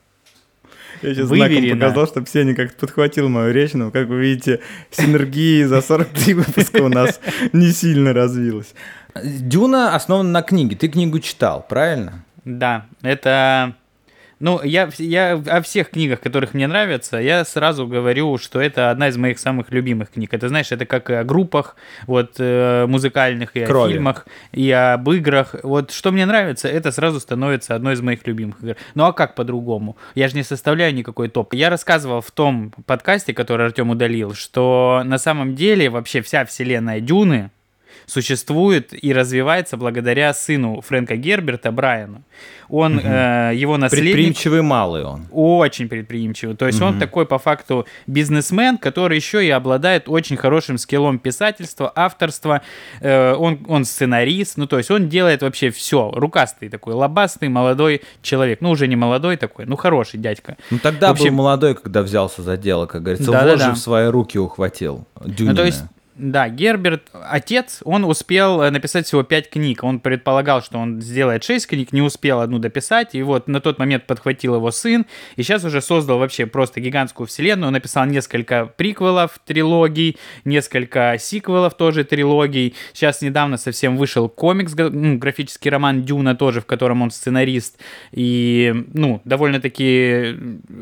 Я сейчас знаком показал, чтобы Сеня как-то подхватил мою речь, но, как вы видите, синергии за 43 выпуска у нас не сильно развилась. Дюна основана на книге. Ты книгу читал, правильно? Да, это... я о всех книгах, которых мне нравятся, я сразу говорю, что это одна из моих самых любимых книг. Это, знаешь, это как и о группах музыкальных, и о фильмах, и об играх. Вот что мне нравится, это сразу становится одной из моих любимых игр. Ну а как по-другому? Я же не составляю никакой топ. Я рассказывал в том подкасте, который Артем удалил, что на самом деле вообще вся вселенная Дюны существует и развивается благодаря сыну Фрэнка Герберта, Брайану. Он, его наследник... Предприимчивый малый он. Очень предприимчивый. То есть он такой, по факту, бизнесмен, который еще и обладает очень хорошим скиллом писательства, авторства. Он сценарист. То есть он делает вообще все. Рукастый такой, лобастый, молодой человек. Уже не молодой такой, хороший дядька. Тогда был молодой, когда взялся за дело, как говорится. Вожжи в свои руки ухватил. Дюнина. То есть да, Герберт, отец, он успел написать всего 5 книг. Он предполагал, что он сделает 6 книг, не успел одну дописать. И вот на тот момент подхватил его сын. И сейчас уже создал вообще просто гигантскую вселенную. Он написал несколько приквелов трилогий, несколько сиквелов тоже трилогий. Сейчас недавно совсем вышел комикс, графический роман «Дюна» тоже, в котором он сценарист. И, довольно-таки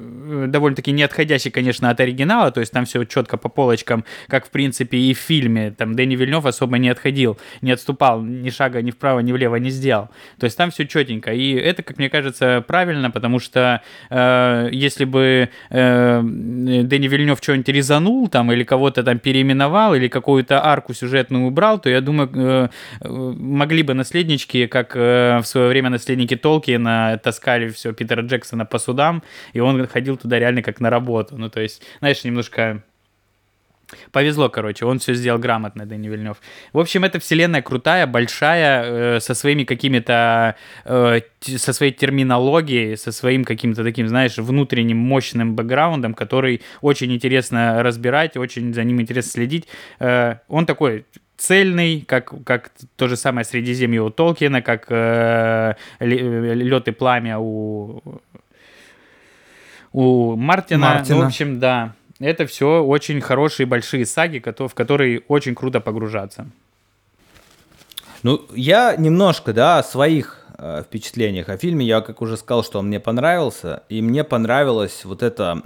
не отходящий, конечно, от оригинала. То есть там все четко по полочкам, как, в принципе, и в фильме. Там Дэни Вильнёв особо не отходил, не отступал, ни шага ни вправо, ни влево не сделал. То есть там все четенько. И это, как мне кажется, правильно, потому что если бы Дэни Вильнёв что-нибудь резанул там, или кого-то там переименовал, или какую-то арку сюжетную убрал, то, я думаю, могли бы наследнички, как в свое время наследники Толкиена таскали все Питера Джексона по судам, и он ходил туда реально как на работу. То есть, знаешь, немножко... Повезло, короче, он все сделал грамотно, Дэни Вильнёв. В общем, эта вселенная крутая, большая, со своими какими-то, со своей терминологией, со своим каким-то таким, знаешь, внутренним мощным бэкграундом, который очень интересно разбирать, очень за ним интересно следить. Он такой цельный, как то же самое Средиземье у Толкиена, как «Лёд и пламя» у Мартина. В общем, да. Это все очень хорошие большие саги, в которые очень круто погружаться. Я немножко, о своих впечатлениях о фильме. Я, как уже сказал, что он мне понравился. И мне понравилось вот это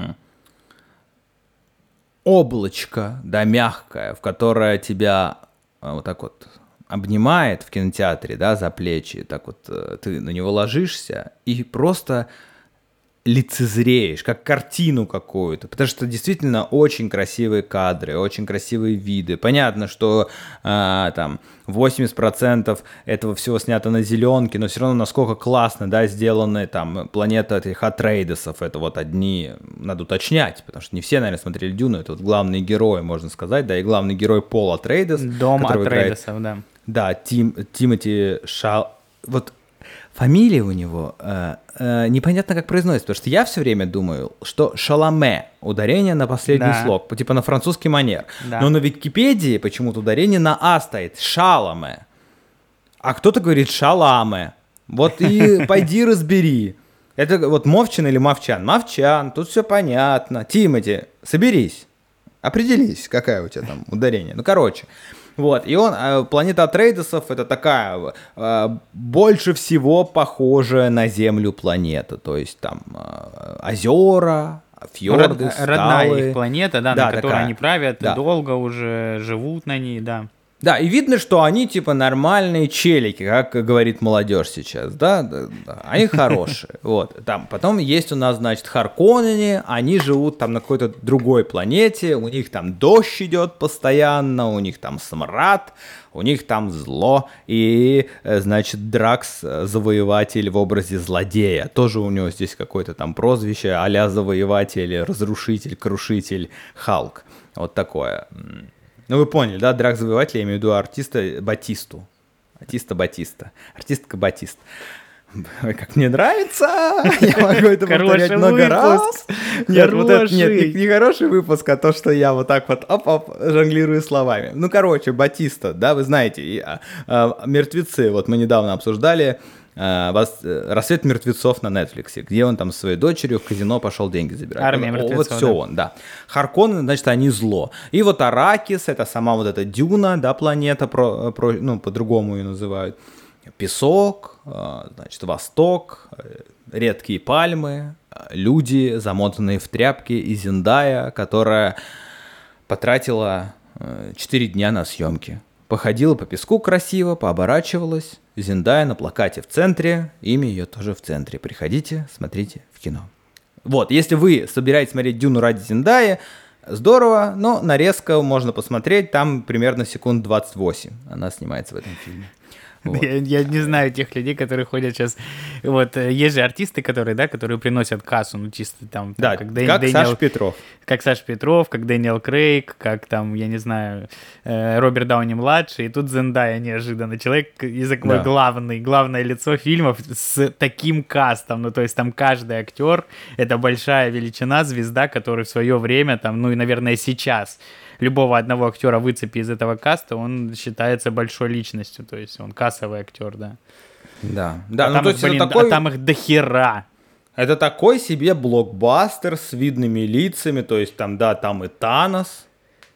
облачко, мягкое, в которое тебя вот так вот обнимает в кинотеатре, за плечи. Так вот ты на него ложишься и просто... лицезреешь, как картину какую-то, потому что действительно очень красивые кадры, очень красивые виды. Понятно, что там 80% этого всего снято на зеленке, но все равно насколько классно, сделаны там планета этих Атрейдесов, это вот одни, надо уточнять, потому что не все, наверное, смотрели Дюну, это вот главные герои, можно сказать, и главный герой Пол Атрейдес. Дом Атрейдесов, да. Да, Тимоти вот Фамилия у него непонятно как произносится, потому что я все время думаю, что Шаламе, ударение на последний слог, типа на французский манер. Да. Но на Википедии почему-то ударение на А стоит, Шаламе. А кто-то говорит Шаламе. Вот и пойди разбери. Это вот Мовчан или Мовчан? Мовчан, тут все понятно. Тимати, соберись, определись, какая у тебя там ударение. Ну, короче. Вот, и он, планета Атрейдесов, это такая больше всего похожая на Землю планета, то есть там озера, фьорды, скалы. Родная их планета, да, на которой такая. Они правят, Да. долго уже живут на ней, да. Да, и видно, что они типа нормальные челики, как говорит молодежь сейчас, да. Они хорошие, вот. Там потом есть у нас, значит, Харконнены, они живут там на какой-то другой планете, у них там дождь идет постоянно, у них там смрад, у них там зло, и, значит, Дракс, завоеватель в образе злодея, тоже у него здесь какое-то там прозвище а-ля завоеватель, разрушитель, крушитель, Халк, вот такое. Ну, вы поняли, да, Дракс Завоеватель, я имею в виду артиста Батисту. Артистка Батист. Ой, как мне нравится! Я могу это повторять много раз. Нет, вот это не хороший выпуск, а то, что я вот так вот жонглирую словами. Ну, короче, Батиста, да, вы знаете, мертвецы, вот мы недавно обсуждали «Рассвет мертвецов» на Netflix, где он там со своей дочерью в казино пошел деньги забирать. Армия мертвецов. Вот все он, да. Харконнены, значит, они зло. И вот Аракис, это сама вот эта дюна, да, планета, ну, по-другому ее называют. Песок, значит, восток, редкие пальмы, люди, замотанные в тряпки, и Зендая, которая потратила 4 дня на съемки. Походила по песку красиво, пооборачивалась. Зендая на плакате в центре, имя ее тоже в центре. Приходите, смотрите в кино. Вот, если вы собираетесь смотреть «Дюну» ради Зендаи, здорово, но нарезка можно посмотреть, там примерно секунд 28 она снимается в этом фильме. Вот. Я не знаю тех людей, которые ходят сейчас. Вот есть же артисты, которые приносят кассу, ну чисто там. Да, как Саша Петров. Как Саша Петров, как Дэниел Крейг, как там, я не знаю, Роберт Дауни-младший. И тут Зендая неожиданно. Человек, главное лицо фильмов с таким кастом. Ну, то есть там каждый актер — это большая величина, звезда, который в свое время, там, ну и, наверное, сейчас любого одного актера выцепи из этого каста, он считается большой личностью, то есть он кассовый актер, да. Да, а, ну, там то их, есть такой... а там их дохера. Это такой себе блокбастер с видными лицами, то есть там, да, там и Танос,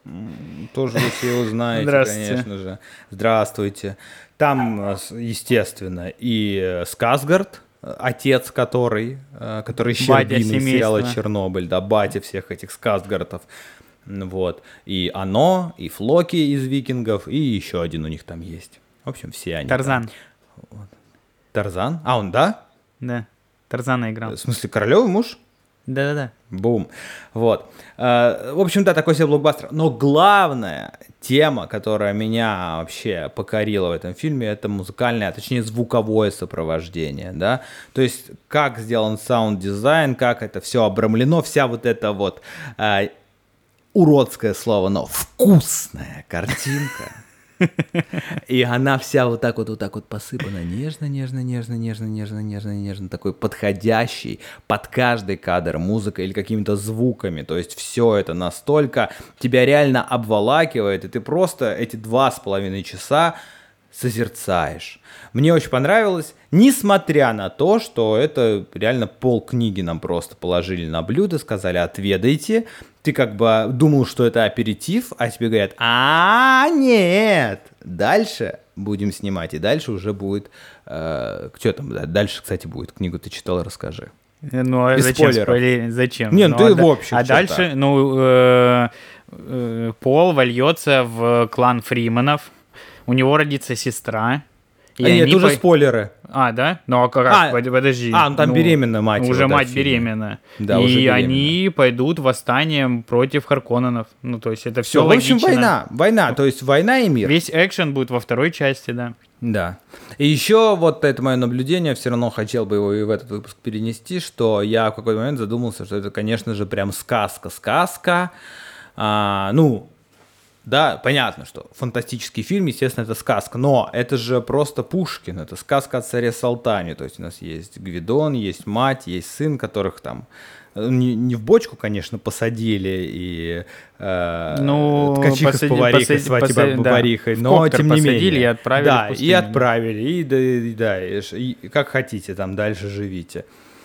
тоже вы все его знаете, конечно же. Здравствуйте. Там, естественно, и Скарсгард, отец который Щербина сериала «Чернобыль», да, батя всех этих Скарсгардов. Вот. И Оно, и Флоки из «Викингов», и еще один у них там есть. В общем, все они. Тарзан. Там. Вот. Тарзан? А, он, да? Да. Тарзана играл. В смысле, Королёвый муж? Да-да-да. Бум. Вот. В общем, да, такой себе блокбастер. Но главная тема, которая меня вообще покорила в этом фильме, это музыкальное, а точнее звуковое сопровождение, да. То есть, как сделан саунд-дизайн, как это все обрамлено, вся вот эта вот уродское слово, но вкусная картинка. И она вся вот так вот посыпана нежно, такой подходящий под каждый кадр музыкой или какими-то звуками. То есть все это настолько тебя реально обволакивает, и ты просто эти 2,5 часа созерцаешь. Мне очень понравилось, несмотря на то, что это реально полкниги нам просто положили на блюдо, сказали: отведайте. Ты как бы думал, что это аперитив, а тебе говорят: нет, дальше будем снимать, и дальше уже будет... Что там? Дальше, кстати, будет. Книгу ты читал, расскажи. Ну, а зачем спойлерить? Зачем? Нет, ты в общем. А дальше, Пол вольется в клан Фриманов, у него родится сестра. Нет, уже спойлеры. А, да? Ну, а как? Подожди. Ну там беременна мать. Уже мать беременна. Да, и уже беременна. они пойдут восстанием против Харконненов. Ну, то есть это все логично. В общем, война. То есть война и мир. Весь экшен будет во второй части, да. Да. И еще вот это мое наблюдение, все равно хотел бы его и в этот выпуск перенести, что я в какой-то момент задумался, что это, конечно же, прям сказка. Да, понятно, что фантастический фильм, естественно, это сказка, но это же просто Пушкин, это сказка о царе Салтане, то есть у нас есть Гвидон, есть мать, есть сын, которых там не в бочку, конечно, посадили и ткачиха с поварихой, сватьба поварихой, но тем не менее. И отправили да, в пустыню. и отправили, и как хотите, там дальше живите.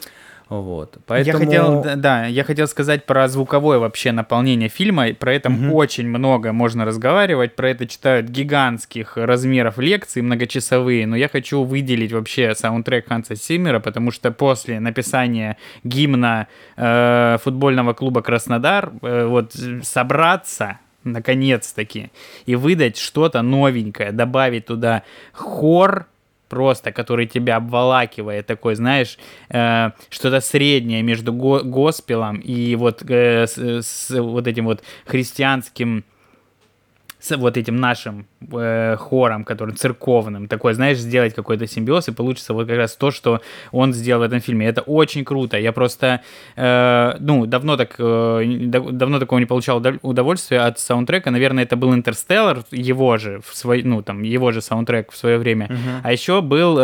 Вот, поэтому... Я хотел сказать про звуковое вообще наполнение фильма, про это очень много можно разговаривать, про это читают гигантских размеров лекции, многочасовые, но я хочу выделить вообще саундтрек Ханса Циммера, потому что после написания гимна футбольного клуба «Краснодар» вот собраться... наконец-таки, и выдать что-то новенькое, добавить туда хор, просто, который тебя обволакивает, такой, знаешь, что-то среднее между госпелом и вот с вот этим вот христианским, с вот этим нашим хором, который церковным, такой, знаешь, сделать какой-то симбиоз, и получится вот как раз то, что он сделал в этом фильме. Это очень круто. Я просто, давно такого не получал удовольствия от саундтрека. Наверное, это был «Интерстеллар», его же саундтрек в свое время. А еще был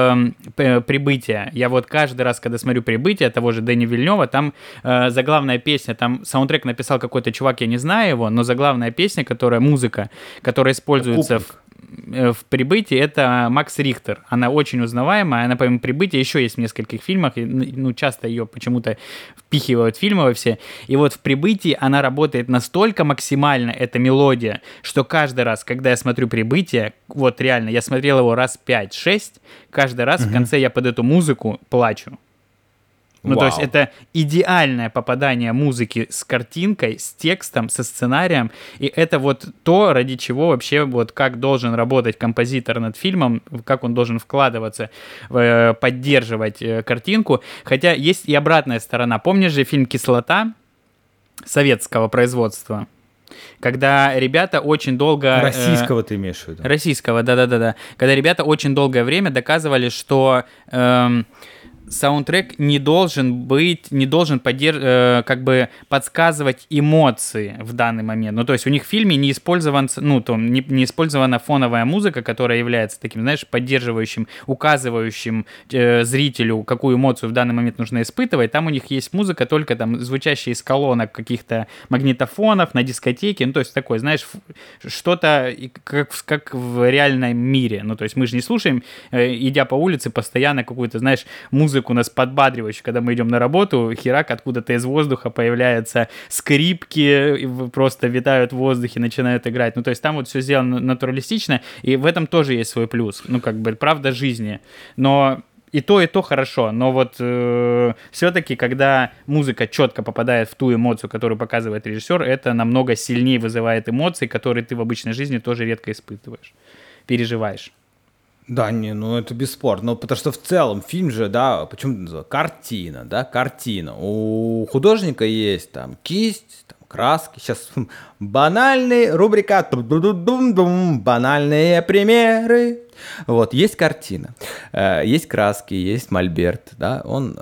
«Прибытие». Я вот каждый раз, когда смотрю «Прибытие» того же Дэни Вильнёва, там заглавная песня, там саундтрек написал какой-то чувак, я не знаю его, но заглавная песня, музыка, которая используется в «Прибытии», это Макс Рихтер. Она очень узнаваемая. Она, помимо «Прибытия», еще есть в нескольких фильмах. И, часто ее почему-то впихивают в фильмы во все. И вот в «Прибытии» она работает настолько максимально, эта мелодия, что каждый раз, когда я смотрю «Прибытие», вот реально, я смотрел его раз 5-6, каждый раз в конце я под эту музыку плачу. То есть это идеальное попадание музыки с картинкой, с текстом, со сценарием, и это вот то, ради чего вообще вот как должен работать композитор над фильмом, как он должен вкладываться, поддерживать картинку, хотя есть и обратная сторона. Помнишь же фильм «Кислота» советского производства? Когда ребята очень долго... Российского ты имеешь в виду? Российского, да-да-да. Когда ребята очень долгое время доказывали, что... саундтрек не должен как бы подсказывать эмоции в данный момент. То есть у них в фильме не использована фоновая музыка, которая является таким, знаешь, поддерживающим, указывающим зрителю, какую эмоцию в данный момент нужно испытывать. Там у них есть музыка только там звучащая из колонок каких-то магнитофонов на дискотеке. То есть такое, знаешь, что-то как в реальном мире. То есть мы же не слушаем, идя по улице, постоянно какую-то, знаешь, музыку у нас подбадривающую, когда мы идем на работу, херак, откуда-то из воздуха появляются скрипки, просто витают в воздухе, начинают играть. То есть там вот все сделано натуралистично, и в этом тоже есть свой плюс. Правда жизни. Но и то хорошо. Но вот все-таки, когда музыка четко попадает в ту эмоцию, которую показывает режиссер, это намного сильнее вызывает эмоции, которые ты в обычной жизни тоже редко испытываешь, переживаешь. Да, это бесспорно. Потому что в целом фильм же, да, почему называется? Картина, да, картина. У художника есть там кисть, там, краски. Сейчас рубрика банальные примеры. Вот, есть картина, есть краски, есть мольберт, да,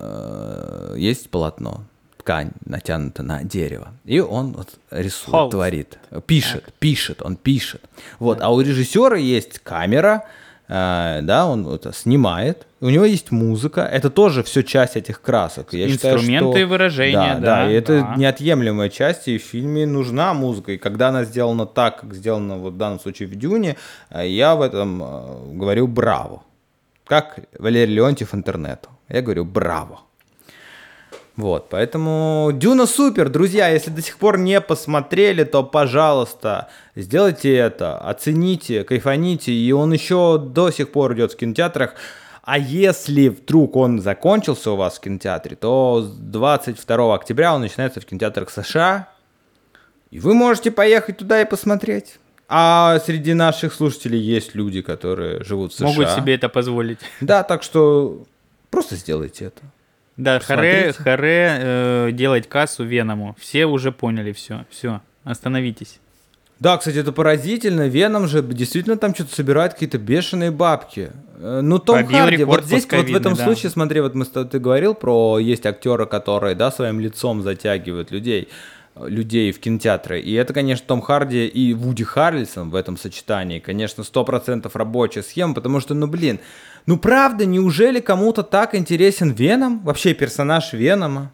есть полотно. Ткань натянута на дерево. И он вот рисует, творит, пишет. Вот, а у режиссера есть камера, да, он это снимает, у него есть музыка, это тоже все часть этих красок. Я инструменты считаю, выражения, да, и это неотъемлемая часть, и в фильме нужна музыка, и когда она сделана так, как сделана вот в данном случае в «Дюне», я в этом говорю браво. Как Валерий Леонтьев интернету. Я говорю браво. Вот, поэтому «Дюна» супер, друзья, если до сих пор не посмотрели, то, пожалуйста, сделайте это, оцените, кайфаните, и он еще до сих пор идет в кинотеатрах, а если вдруг он закончился у вас в кинотеатре, то с 22 октября он начинается в кинотеатрах США, и вы можете поехать туда и посмотреть. А среди наших слушателей есть люди, которые живут в США. Могут себе это позволить. Да, так что просто сделайте это. Да, харе делать кассу Веному. Все уже поняли все. Остановитесь. Да, кстати, это поразительно. Веном же действительно там что-то собирает какие-то бешеные бабки. Том Харди, вот здесь вот в этом случае, смотри, вот ты говорил про есть актеры, которые, да, своим лицом затягивают людей. людей в кинотеатры. И это, конечно, Том Харди и Вуди Харрельсон в этом сочетании. Конечно, 100% рабочая схема, потому что, ну правда, неужели кому-то так интересен Веном? Вообще персонаж Венома?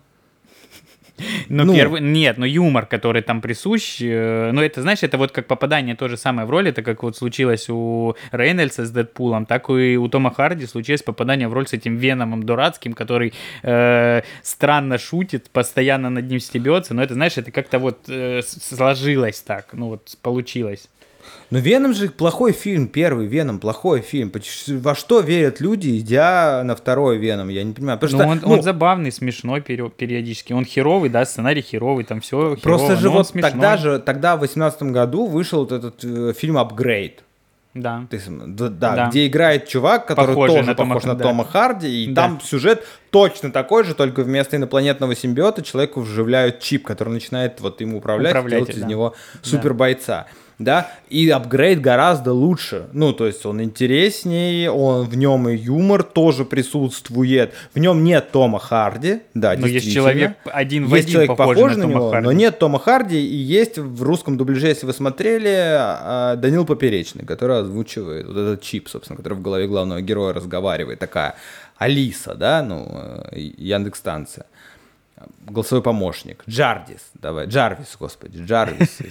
Нет, но юмор, который там присущ, это, знаешь, это вот как попадание то же самое в роль, это как вот случилось у Рейнольдса с Дэдпулом, так и у Тома Харди случилось попадание в роль с этим Веномом дурацким, который странно шутит, постоянно над ним стебется, но это, знаешь, это как-то вот сложилось так, получилось. Но «Веном» же плохой фильм, первый «Веном» плохой фильм. Во что верят люди, идя на второй «Веном», я не понимаю. Он забавный, смешной периодически, он херовый, да, сценарий херовый, там все херово. Просто же вот тогда в 2018 году вышел вот этот фильм «Апгрейд». Да. Где играет чувак, который тоже похож на Тома Харди, и там сюжет точно такой же, только вместо инопланетного симбиота человеку вживляют чип, который начинает вот им управлять делать из него супербойца. Да, и «Апгрейд» гораздо лучше, то есть он интереснее, в нем и юмор тоже присутствует, в нем нет Тома Харди, да, но есть человек один в один похожий на него, но нет Тома Харди, и есть в русском дубляже, если вы смотрели, Данил Поперечный, который озвучивает вот этот чип, собственно, который в голове главного героя разговаривает, такая Алиса, да, Яндекс.Станция. Голосовой помощник. Джардис. Джарвис, господи. Джарвис,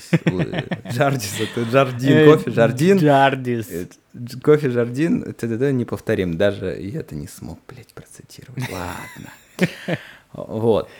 это Джардин. Кофе, Жардин. Джардис. Кофе, Жардин. Это неповторим. Даже и это не смог, процитировать. Ладно. Вот.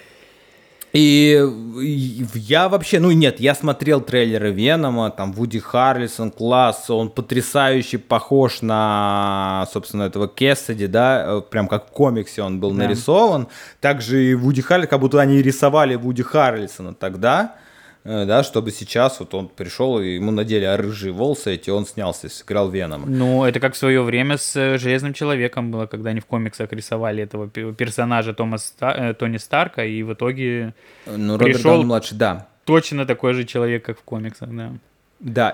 И я вообще, я смотрел трейлеры Венома, там Вуди Харрельсон, класс, он потрясающе похож на, собственно, этого Кэссиди, да, прям как в комиксе он был нарисован. Также и Вуди Харрельсон, как будто они рисовали Вуди Харрельсона тогда, да, чтобы сейчас вот он пришел, и ему надели рыжие волосы эти, он снялся, сыграл Венома. Это как в свое время с Железным Человеком было, когда они в комиксах рисовали этого персонажа Тони Старка, и в итоге пришел младший, да. Точно такой же человек, как в комиксах, да. Да,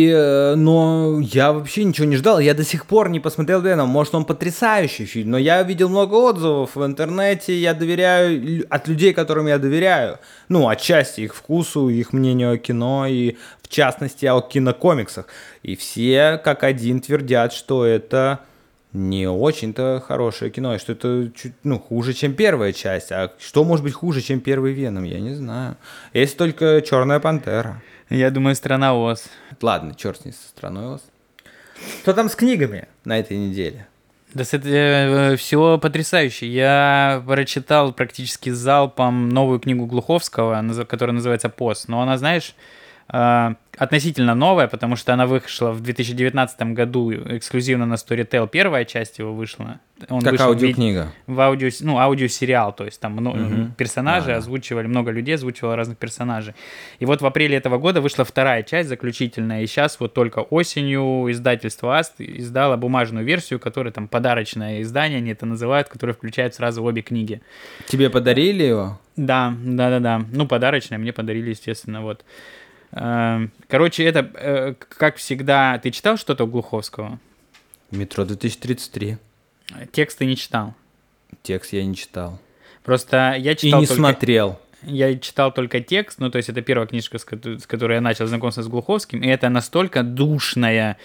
но я вообще ничего не ждал, я до сих пор не посмотрел Веном, может он потрясающий фильм, но я видел много отзывов в интернете, я доверяю, от людей, которым я доверяю, отчасти их вкусу, их мнению о кино и в частности о кинокомиксах, и все как один твердят, что это не очень-то хорошее кино, и что это чуть, хуже, чем первая часть, а что может быть хуже, чем первый Веном, я не знаю, есть только «Черная пантера». Я думаю, «Страна Оз». Ладно, черт с ней, со «Страной Оз». Что там с книгами на этой неделе? Да, это все потрясающе. Я прочитал практически залпом новую книгу Глуховского, которая называется «Пост». Но она, знаешь, относительно новая, потому что она вышла в 2019 году эксклюзивно на Storytel. Первая часть его вышла. Он как вышел аудиокнига. Аудиосериал, то есть там персонажи озвучивали, много людей озвучивало разных персонажей. И вот в апреле этого года вышла вторая часть, заключительная, и сейчас вот только осенью издательство «Аст» издало бумажную версию, которая там подарочное издание, они это называют, которое включает сразу обе книги. Тебе подарили его? Да. Подарочное мне подарили, естественно, вот. Короче, это, как всегда... Ты читал что-то у Глуховского? «Метро 2033». Текст ты не читал? Текст я не читал. Просто я читал... И не смотрел. Я читал только текст, то есть это первая книжка, с которой я начал знакомство с Глуховским, и это настолько душная,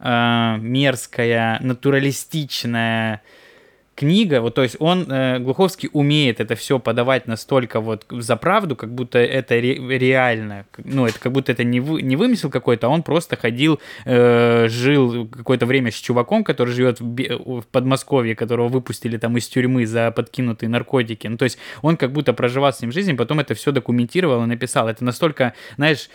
мерзкая, натуралистичная книга, вот, то есть он, Глуховский, умеет это все подавать настолько вот за правду, как будто это реально, это как будто это не вымысел какой-то, а он просто ходил, жил какое-то время с чуваком, который живет в Подмосковье, которого выпустили там из тюрьмы за подкинутые наркотики, то есть он как будто проживал с ним жизнь, потом это все документировал и написал, это настолько, знаешь,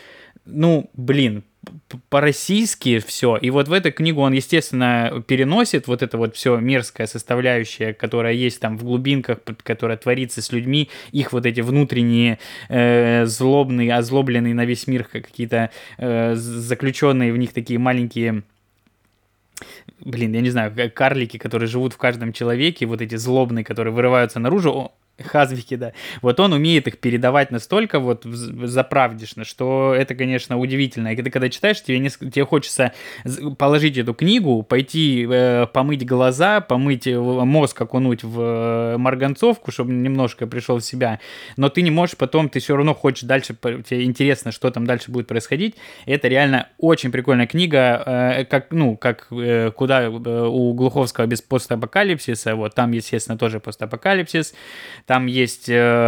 по-российски все. И вот в эту книгу он, естественно, переносит вот это вот все мерзкая составляющая, которая есть там в глубинках, которая творится с людьми, их вот эти внутренние злобные, озлобленные на весь мир какие-то заключенные в них такие маленькие... я не знаю, карлики, которые живут в каждом человеке, вот эти злобные, которые вырываются наружу, Хазвики, да. Вот он умеет их передавать настолько вот заправдишно, что это, конечно, удивительно. И ты когда читаешь, тебе хочется положить эту книгу, пойти помыть глаза, помыть мозг, окунуть в марганцовку, чтобы немножко пришел в себя. Но ты не можешь потом, ты все равно хочешь дальше, тебе интересно, что там дальше будет происходить. И это реально очень прикольная книга, куда у Глуховского без постапокалипсиса, вот там, естественно, тоже постапокалипсис. Там есть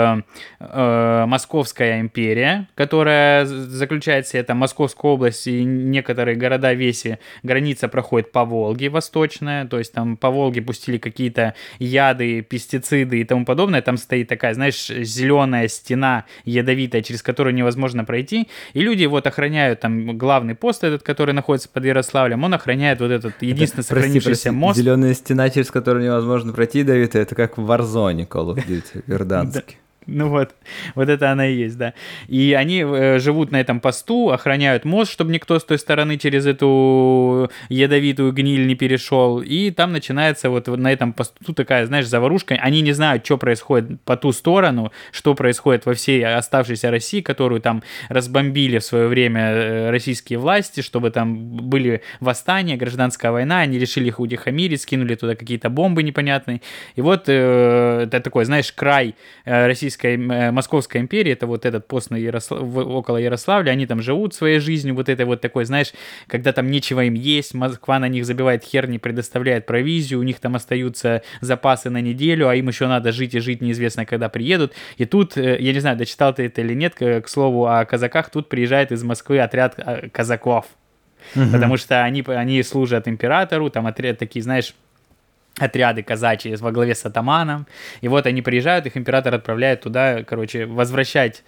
Московская империя, которая заключает в себе там Московскую область и некоторые города-веси. Граница проходит по Волге восточная, то есть там по Волге пустили какие-то яды, пестициды и тому подобное. Там стоит такая, знаешь, зеленая стена ядовитая, через которую невозможно пройти. И люди вот охраняют там главный пост этот, который находится под Ярославлем. Он охраняет вот этот единственный сохранившийся мост. Зеленая стена, через которую невозможно пройти, ядовитая, это как в Warzone Call of Duty. Верданский. Ну вот это она и есть, да. И они живут на этом посту, охраняют мост, чтобы никто с той стороны через эту ядовитую гниль не перешел. И там начинается вот на этом посту такая, знаешь, заварушка. Они не знают, что происходит по ту сторону, что происходит во всей оставшейся России, которую там разбомбили в свое время российские власти, чтобы там были восстания, гражданская война. Они решили их утихомирить, скинули туда какие-то бомбы непонятные. И вот это такой, знаешь, край российской Московской империи, это вот этот пост около Ярославля, они там живут своей жизнью, вот это вот такой, знаешь, когда там нечего им есть, Москва на них забивает хер, не предоставляет провизию, у них там остаются запасы на неделю, а им еще надо жить и жить, неизвестно, когда приедут. И тут, я не знаю, дочитал ты это или нет, к слову о казаках, тут приезжает из Москвы отряд казаков, потому что они служат императору, там отряд такие, знаешь, отряды казачьи во главе с атаманом. И вот они приезжают, их император отправляет туда, короче, возвращать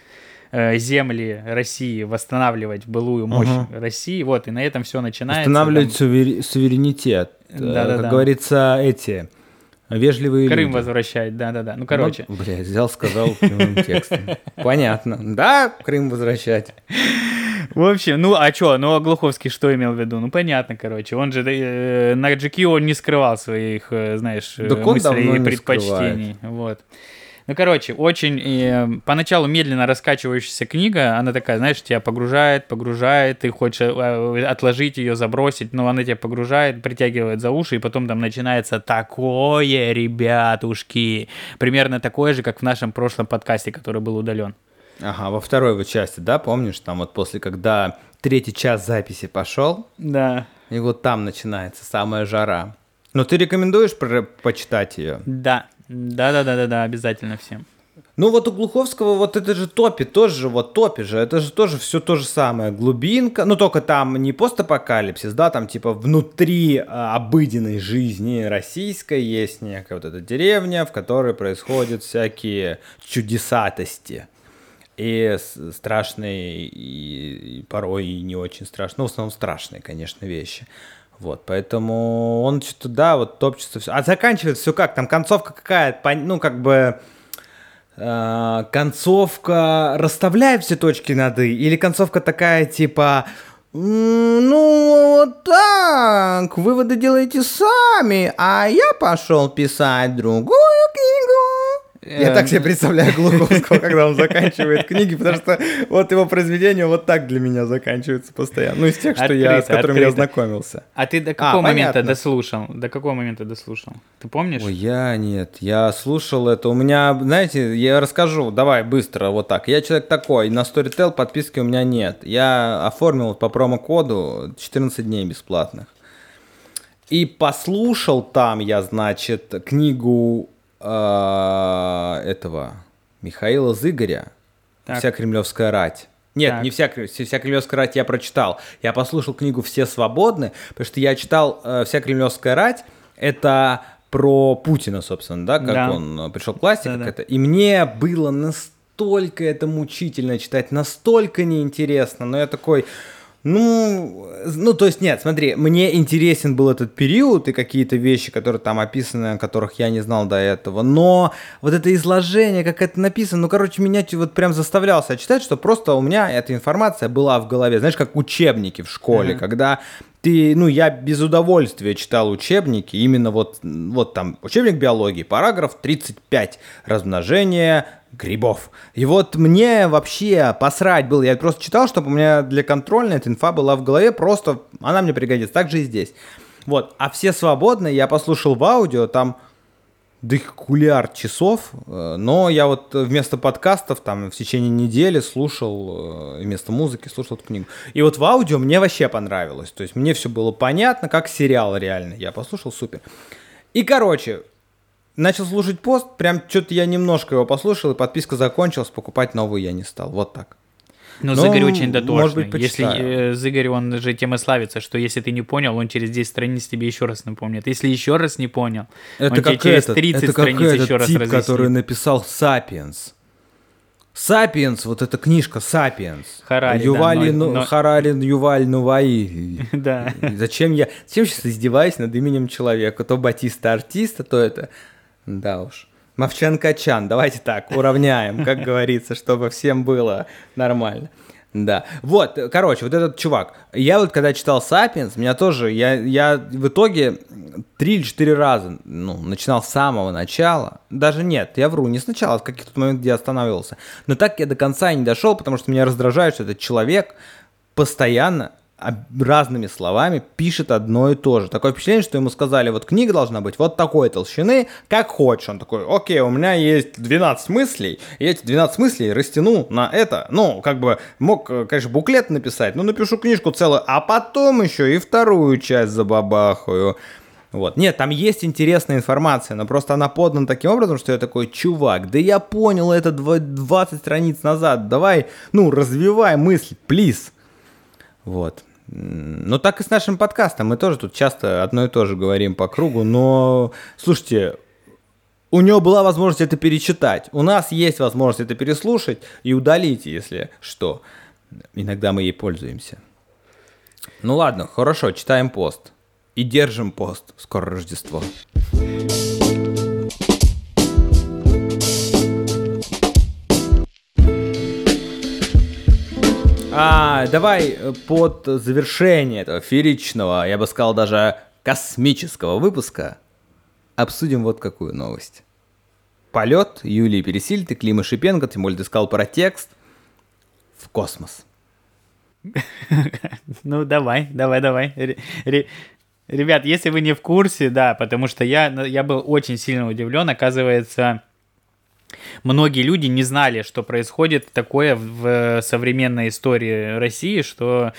земли России, восстанавливать былую мощь России. Вот, и на этом все начинается. Восстанавливать суверенитет. Как говорится, эти вежливые Крым люди. Возвращать, да-да-да. Ну, короче. Взял, сказал прямым текстом. Понятно. Да, Крым возвращать. В общем, ну а что, ну а Глуховский что имел в виду? Ну понятно, короче, он же на GQ он не скрывал своих, знаешь, мыслей и предпочтений. Вот. Ну, короче, очень поначалу медленно раскачивающаяся книга, она такая, знаешь, тебя погружает, ты хочешь отложить ее, забросить, но она тебя погружает, притягивает за уши, и потом там начинается такое, ребятушки, примерно такое же, как в нашем прошлом подкасте, который был удален. Ага, во второй его части, да, помнишь, там вот после, когда 3-й час записи пошел, да, и вот там начинается самая жара. Но ты рекомендуешь почитать ее? Да, обязательно всем. Ну вот у Глуховского вот это же топи, тоже вот топи же, это же тоже все то же самое, глубинка, ну только там не постапокалипсис, да, там типа внутри обыденной жизни российской есть некая вот эта деревня, в которой происходят всякие чудесатости. И страшные, и порой и не очень страшные, ну, в основном страшные, конечно, вещи. Вот, поэтому он что-то, да, вот топчется все. А заканчивается все как? Там концовка какая? Ну, как бы концовка расставляет все точки над «и», или концовка такая, типа, ну, вот так, выводы делаете сами, а я пошел писать другую книгу. Я так себе представляю Глуховского, когда он заканчивает книги, потому что вот его произведения вот так для меня заканчиваются постоянно. Ну, из тех, что с которыми я знакомился. А ты до какого момента дослушал? До какого момента дослушал? Ты помнишь? Ой, я слушал это. У меня, знаете, я расскажу, давай быстро, вот так. Я человек такой, на Storytel подписки у меня нет. Я оформил по промокоду 14 дней бесплатных. И послушал там я, значит, книгу этого Михаила Зыгоря «Вся кремлевская рать». Нет, так. Не вся кремлевская рать я прочитал. Я послушал книгу «Все свободны», потому что я читал «Вся кремлевская рать». Это про Путина, собственно, да, как он пришел к власти, как это. И мне было настолько это мучительно читать, настолько неинтересно. Но я такой... Ну, то есть нет, смотри, мне интересен был этот период и какие-то вещи, которые там описаны, о которых я не знал до этого, но вот это изложение, как это написано, ну, короче, меня вот прям заставляло себя читать, что просто у меня эта информация была в голове, знаешь, как учебники в школе, когда я без удовольствия читал учебники, именно вот там учебник биологии, параграф 35, размножение грибов. И вот мне вообще посрать было, я просто читал, чтобы у меня для контрольной эта инфа была в голове, просто она мне пригодится, так же и здесь. Вот, а все свободные я послушал в аудио, там дохуляр часов, но я вот вместо подкастов там в течение недели слушал, вместо музыки слушал эту книгу. И вот в аудио мне вообще понравилось, то есть мне все было понятно, как сериал реально, я послушал, супер. И, короче, начал слушать пост, прям что-то я немножко его послушал, и подписка закончилась, покупать новую я не стал, вот так. Ну, Зыгорь очень дотошный. Может быть, если Зыгорь, он же тем и славится, что если ты не понял, он через 10 страниц тебе еще раз напомнит. Если еще раз не понял, это он тебе через 30 страниц еще раз тип, разъяснит. который написал «Сапиенс». «Сапиенс», вот эта книжка «Сапиенс». Харари, Харари Юваль Нуваи. Да. Зачем я сейчас издеваюсь над именем человека? То Батиста артиста, то это... Да уж. Мовчан-Качан, давайте так, уравняем, как говорится, чтобы всем было нормально. Да, вот, короче, вот этот чувак, я вот когда читал «Сапиенс», меня тоже, я в итоге 3 или 4 раза, начинал с самого начала, даже нет, я вру, не сначала, а в каких-то моментах, где останавливался, но так я до конца и не дошел, потому что меня раздражает, что этот человек постоянно разными словами пишет одно и то же. Такое впечатление, что ему сказали, вот книга должна быть вот такой толщины, как хочешь. Он такой, окей, у меня есть 12 мыслей, и эти 12 мыслей растяну на это. Мог, конечно, буклет написать, но напишу книжку целую, а потом еще и вторую часть забабахаю. Вот. Нет, там есть интересная информация, но просто она подана таким образом, что я такой, чувак, да я понял это 20 страниц назад, давай, развивай мысль, плиз. Вот. Ну, так и с нашим подкастом. Мы тоже тут часто одно и то же говорим по кругу, но, слушайте, у него была возможность это перечитать. У нас есть возможность это переслушать и удалить, если что. Иногда мы ей пользуемся. Ну ладно, хорошо, читаем пост. И держим пост. Скоро Рождество. Давай под завершение этого фееричного, я бы сказал, даже космического выпуска обсудим вот какую новость. Полет Юлии Пересильд и Клима Шипенко, тем более ты сказал про текст, в космос. Ну, давай. Ребят, если вы не в курсе, да, потому что я был очень сильно удивлен, оказывается... Многие люди не знали, что происходит такое в современной истории России, что,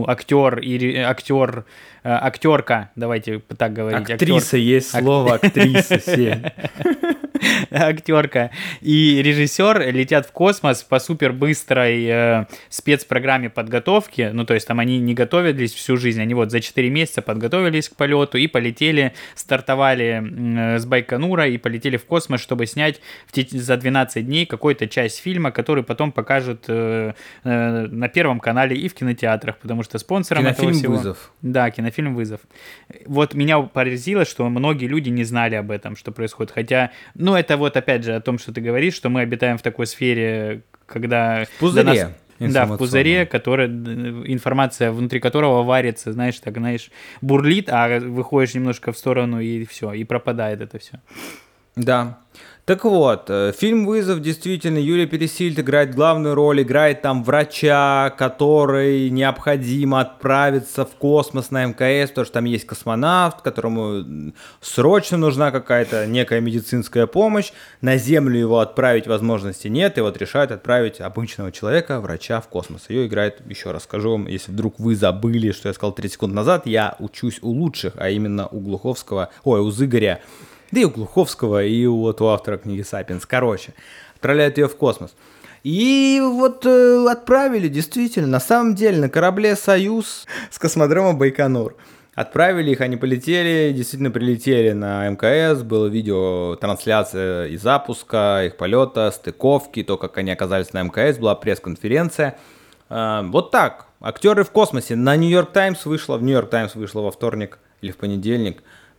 актерка, давайте так говорить. Актриса, есть слово актриса, все. Актерка и режиссер летят в космос по супербыстрой спецпрограмме подготовки, то есть там они не готовились всю жизнь, они вот за 4 месяца подготовились к полету и полетели, стартовали с Байконура и полетели в космос, чтобы снять за 12 дней какую-то часть фильма, который потом покажут на Первом канале и в кинотеатрах, потому что спонсором этого всего... «Вызов». Да, кинофильм «Вызов». Вот меня поразило, что многие люди не знали об этом, что происходит, хотя... это вот опять же о том, что ты говоришь, что мы обитаем в такой сфере, когда... В пузыре. В пузыре, информация внутри которого варится, бурлит, а выходишь немножко в сторону и все, и пропадает это все. Да. Так вот, фильм «Вызов», действительно, Юлия Пересильд играет главную роль, играет там врача, который необходимо отправиться в космос на МКС, потому что там есть космонавт, которому срочно нужна какая-то некая медицинская помощь, на Землю его отправить возможности нет, и вот решают отправить обычного человека, врача, в космос. Ее играет, еще раз скажу вам, если вдруг вы забыли, что я сказал 30 секунд назад, я учусь у лучших, а именно у у Зыгоря, да и у Глуховского, и у автора книги «Сапиенс». Короче, отправляют ее в космос. И вот отправили, действительно, на самом деле, на корабле «Союз» с космодрома Байконур. Отправили их, они полетели, действительно прилетели на МКС, было видео, трансляция и запуска, их полета, стыковки, то, как они оказались на МКС, была пресс-конференция. Вот так, актеры в космосе. В «Нью-Йорк Таймс» вышло во вторник или в понедельник,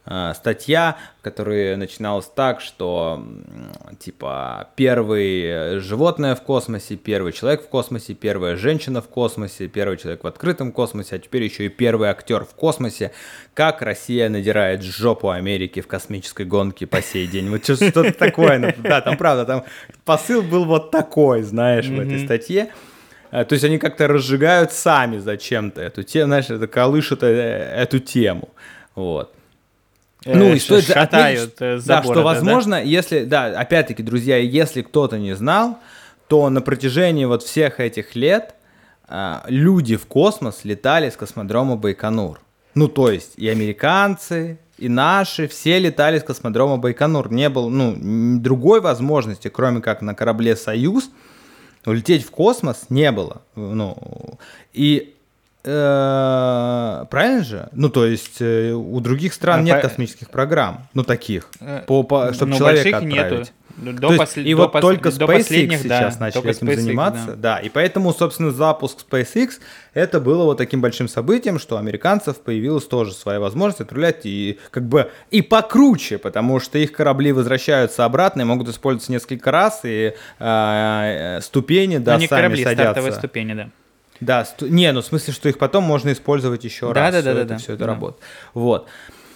статья, которая начиналась так, что типа первое животное в космосе, первый человек в космосе, первая женщина в космосе, первый человек в открытом космосе, а теперь еще и первый актер в космосе. Как Россия надирает жопу Америки в космической гонке по сей день. Вот что-то такое. Да, там правда, там посыл был вот такой, знаешь, в этой статье. То есть они как-то разжигают сами зачем-то эту тему, знаешь, это колышут эту тему. Вот. Ну, и стоит шатают отметить, да, что возможно, если, да, опять-таки, друзья, если кто-то не знал, то на протяжении вот всех этих лет люди в космос летали с космодрома Байконур. Ну, то есть и американцы, и наши, все летали с космодрома Байконур. Не было, другой возможности, кроме как на корабле «Союз», улететь в космос не было. И правильно же? Ну, то есть у других стран нет космических программ, таких, чтобы человека отправить. Нету. Только SpaceX сейчас начали этим заниматься. Да, и поэтому, собственно, запуск SpaceX это было вот таким большим событием, что у американцев появилась тоже своя возможность отправлять и как бы и покруче, потому что их корабли возвращаются обратно и могут использоваться несколько раз, и ступени, да, сами корабли, садятся. Стартовые ступени, да. Да, в смысле, что их потом можно использовать еще раз. Да. Все это работает. Вот.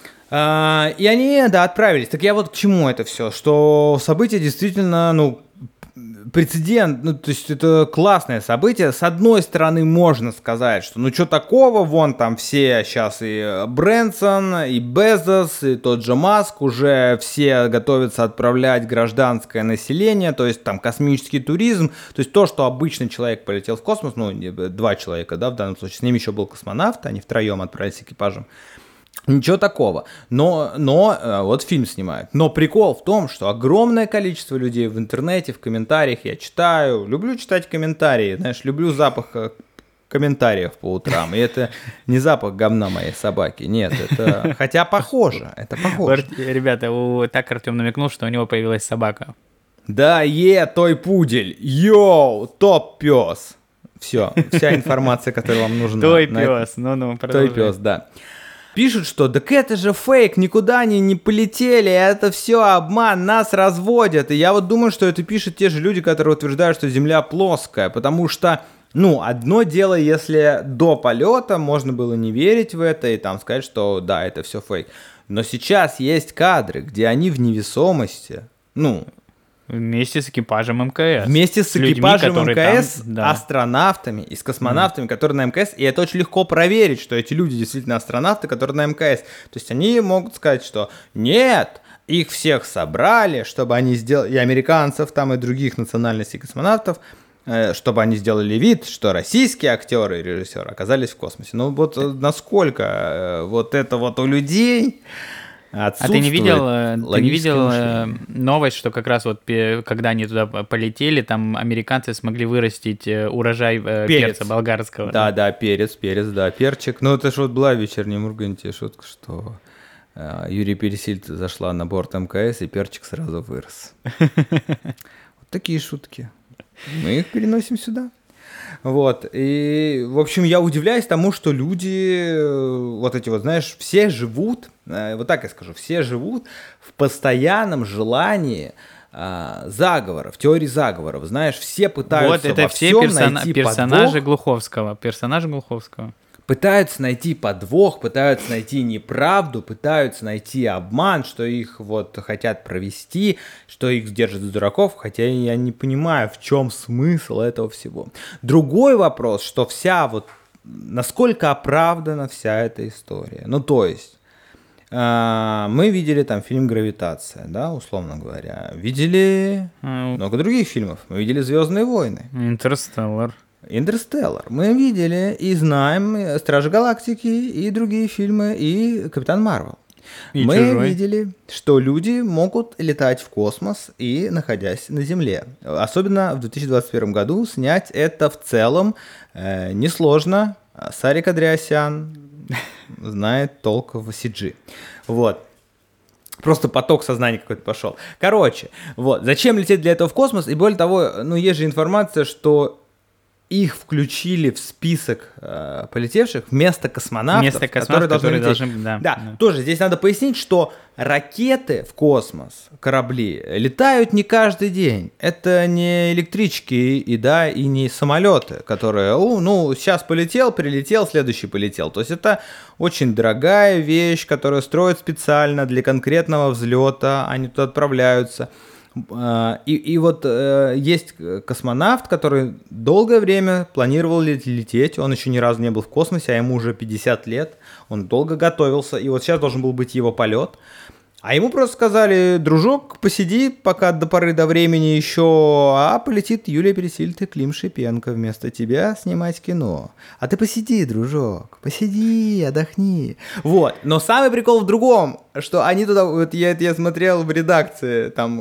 И они, да, отправились. Так я вот к чему это все? Что событие действительно, прецедент, то есть это классное событие. С одной стороны, можно сказать, что что такого, вон там все сейчас и Брэнсон, и Безос, и тот же Маск уже все готовятся отправлять гражданское население, то есть там космический туризм, то есть то, что обычный человек полетел в космос, 2 человека, да, в данном случае, с ним еще был космонавт, они втроем отправились с экипажем. Ничего такого, но вот фильм снимают. Но прикол в том, что огромное количество людей в интернете, в комментариях, я читаю, люблю читать комментарии, знаешь, люблю запах комментариев по утрам, и это не запах говна моей собаки, нет, это, хотя похоже, это похоже. Ребята, так Артем намекнул, что у него появилась собака. Да, той пудель, йоу, топ-пес. Все, вся информация, которая вам нужна. Той пес, продолжай. Той пес, да. Пишут, что так это же фейк, никуда они не полетели, это все обман, нас разводят. И я вот думаю, что это пишут те же люди, которые утверждают, что Земля плоская, потому что, одно дело, если до полета можно было не верить в это и там сказать, что да, это все фейк. Но сейчас есть кадры, где они в невесомости, Вместе с экипажем МКС. Вместе с экипажем МКС, там, да. Астронавтами и с космонавтами, которые на МКС. И это очень легко проверить, что эти люди действительно астронавты, которые на МКС. То есть они могут сказать, что нет, их всех собрали, чтобы они сделали, и американцев там, и других национальностей космонавтов, чтобы они сделали вид, что российские актеры и режиссеры оказались в космосе. Вот насколько вот это вот у людей... А ты не видел новость, что как раз вот когда они туда полетели, там американцы смогли вырастить урожай перца болгарского? Да, перец, да, перчик. Это же вот была в «Вечернем Урганте» шутка, что Юрий Пересильд зашла на борт МКС, и перчик сразу вырос. Вот такие шутки. Мы их переносим сюда. Вот, и, в общем, я удивляюсь тому, что люди, вот эти вот, знаешь, все живут, вот так я скажу, все живут в постоянном желании заговоров, теории заговоров, знаешь, все пытаются вот это во все всем найти персонажи подвох. Глуховского. Пытаются найти подвох, пытаются найти неправду, пытаются найти обман, что их вот хотят провести, что их держат за дураков, хотя я не понимаю, в чем смысл этого всего. Другой вопрос, что насколько оправдана вся эта история. То есть, мы видели там фильм «Гравитация», да, условно говоря. Видели много других фильмов. Мы видели «Звездные войны». «Интерстеллар». Мы видели и знаем «Стражи Галактики» и другие фильмы, и «Капитан Марвел». Мы видели, что люди могут летать в космос и находясь на Земле. Особенно в 2021 году снять это в целом несложно. Сарик Андреасян знает толк в CG. Вот. Просто поток сознания какой-то пошел. Короче, зачем лететь для этого в космос? И более того, есть же информация, что их включили в список полетевших вместо космонавтов, которые должны лететь. Да, тоже здесь надо пояснить, что ракеты в космос, корабли, летают не каждый день. Это не электрички и не самолеты, которые, сейчас полетел, прилетел, следующий полетел. То есть это очень дорогая вещь, которую строят специально для конкретного взлета, они туда отправляются. И вот есть космонавт, который долгое время планировал лететь, он еще ни разу не был в космосе, а ему уже 50 лет, он долго готовился, и вот сейчас должен был быть его полет. А ему просто сказали: дружок, посиди пока до поры до времени еще, а полетит Юлия Пересильд и Клим Шипенко вместо тебя снимать кино. А ты посиди, дружок, посиди, отдохни. Вот, но самый прикол в другом, что они туда, вот я смотрел в редакции, там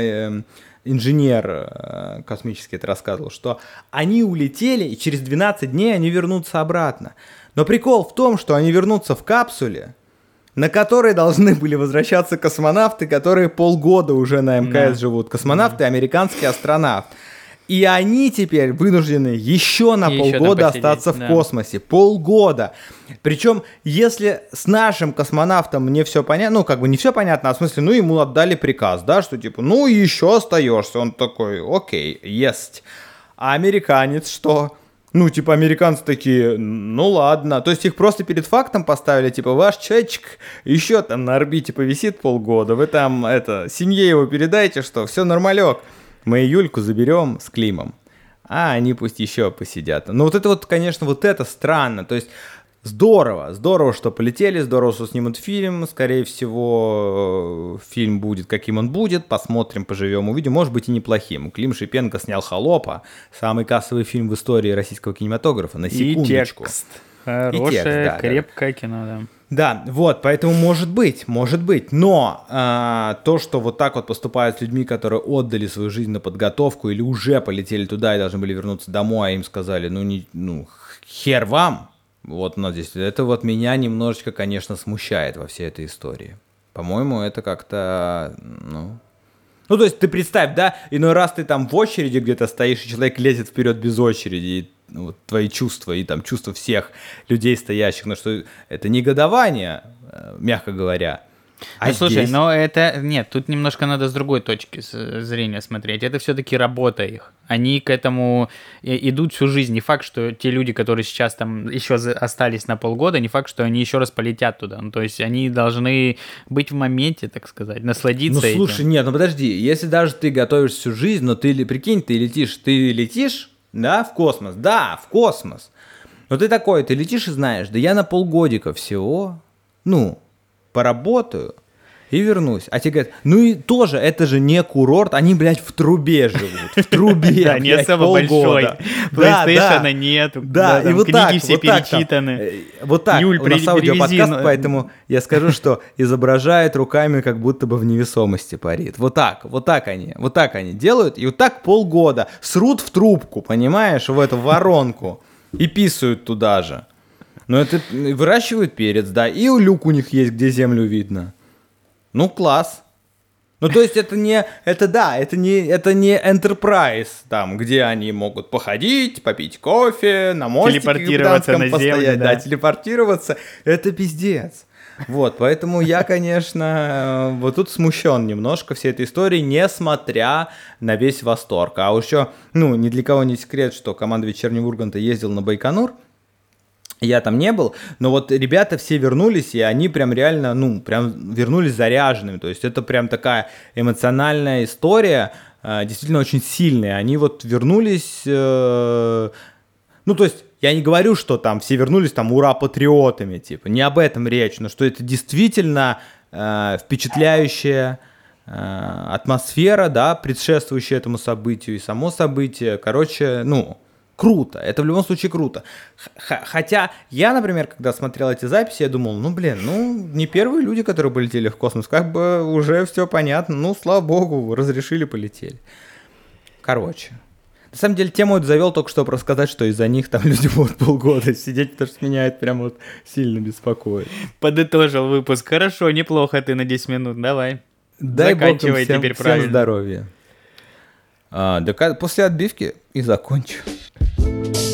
инженер космический это рассказывал, что они улетели, и через 12 дней они вернутся обратно. Но прикол в том, что они вернутся в капсуле, на которой должны были возвращаться космонавты, которые полгода уже на МКС живут. Космонавты, американский астронавт. И они теперь вынуждены еще на полгода остаться в космосе. Полгода. Причем, если с нашим космонавтом не все понятно, не все понятно, а в смысле, ему отдали приказ, да, что типа, еще остаешься. Он такой: окей, есть. А американец что? Американцы такие: ладно. То есть их просто перед фактом поставили, типа, ваш человечек еще там на орбите повисит полгода, вы там, семье его передайте, что все нормалек. Мы Юльку заберем с Климом, а они пусть еще посидят. Конечно, это странно. То есть здорово, что полетели, здорово, что снимут фильм. Скорее всего, фильм будет, каким он будет. Посмотрим, поживем, увидим. Может быть и неплохим. Клим Шипенко снял «Холопа», самый кассовый фильм в истории российского кинематографа. На секундочку. И текст. Хорошее, крепкое кино, да. Да, поэтому может быть, но то, что вот так вот поступают с людьми, которые отдали свою жизнь на подготовку или уже полетели туда и должны были вернуться домой, а им сказали: хер вам, вот у нас здесь, это меня немножечко, конечно, смущает во всей этой истории. По-моему, это как-то, то есть ты представь, да, иной раз ты там в очереди где-то стоишь, и человек лезет вперед без очереди, и твои чувства, и там чувства всех людей стоящих, что это негодование, мягко говоря. Слушай, но это... Нет, тут немножко надо с другой точки зрения смотреть. Это все-таки работа их. Они к этому идут всю жизнь. Не факт, что те люди, которые сейчас там еще остались на полгода, не факт, что они еще раз полетят туда. То есть они должны быть в моменте, так сказать, насладиться этим. Слушай, нет, подожди. Если даже ты готовишь всю жизнь, но прикинь, ты летишь, да, в космос. Да, в космос. Но ты летишь и знаешь: да я на полгодика всего, поработаю и вернусь. А тебе говорят: и тоже, это же не курорт, они, блядь, в трубе живут. В трубе, да, не особо большой. PlayStation нету. Да, и книги все перечитаны. Вот так, у нас аудиоподкаст, поэтому я скажу, что изображает руками, как будто бы в невесомости парит. Вот так они делают, и вот так полгода срут в трубку, понимаешь, в эту воронку, и писают туда же. Но это выращивают перец, да, и люк у них есть, где землю видно. Класс. То есть это не Enterprise, там, где они могут походить, попить кофе, на мостике телепортироваться на землю, да, телепортироваться. Это пиздец. Поэтому я, конечно, тут смущен немножко всей этой историей, несмотря на весь восторг. А еще, ни для кого не секрет, что команда «Вечернего Урганта» ездила на Байконур. Я там не был, но ребята все вернулись, и они прям реально, прям вернулись заряженными. То есть это прям такая эмоциональная история, действительно очень сильная. Они вернулись, то есть я не говорю, что там все вернулись там ура патриотами, типа, не об этом речь, но что это действительно впечатляющая атмосфера, да, предшествующая этому событию, и само событие, круто, это в любом случае круто. Хотя я, например, когда смотрел эти записи, я думал: не первые люди, которые полетели в космос, как бы уже все понятно, слава богу, разрешили, полетели. Короче, на самом деле тему эту завел только чтобы рассказать, что из-за них там люди будут полгода сидеть, потому что меня это прям сильно беспокоит. Подытожил выпуск. Хорошо, неплохо ты на 10 минут, давай. Дай заканчивай бог теперь всем правильно. Здоровья. После отбивки и закончу.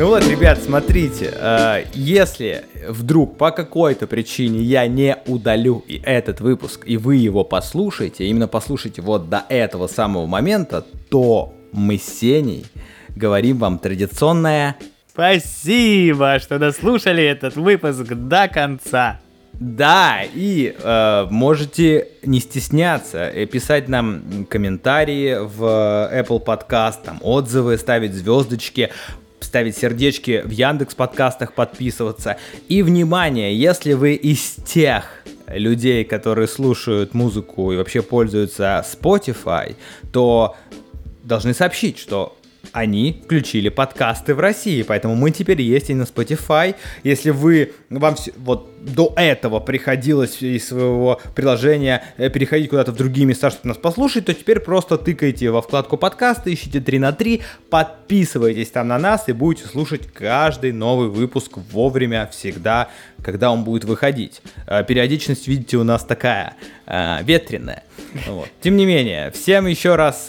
Ну вот, ребят, смотрите, если вдруг по какой-то причине я не удалю и этот выпуск, и вы его послушаете, именно послушаете вот до этого самого момента, то мы с Сеней говорим вам традиционное Спасибо, что дослушали этот выпуск до конца. Да, и можете не стесняться писать нам комментарии в Apple Podcast, там, отзывы, ставить звездочки, ставить сердечки в Яндекс подкастах, подписываться. И, внимание, если вы из тех людей, которые слушают музыку и вообще пользуются Spotify, то должны сообщить, что они включили подкасты в России, поэтому мы теперь есть и на Spotify. Если вам вот до этого приходилось из своего приложения переходить куда-то в другие места, чтобы нас послушать, то теперь просто тыкайте во вкладку подкасты, ищите 3 на 3, подписывайтесь там на нас и будете слушать каждый новый выпуск вовремя, всегда, когда он будет выходить. Периодичность, видите, у нас такая ветреная. Вот. Тем не менее, всем еще раз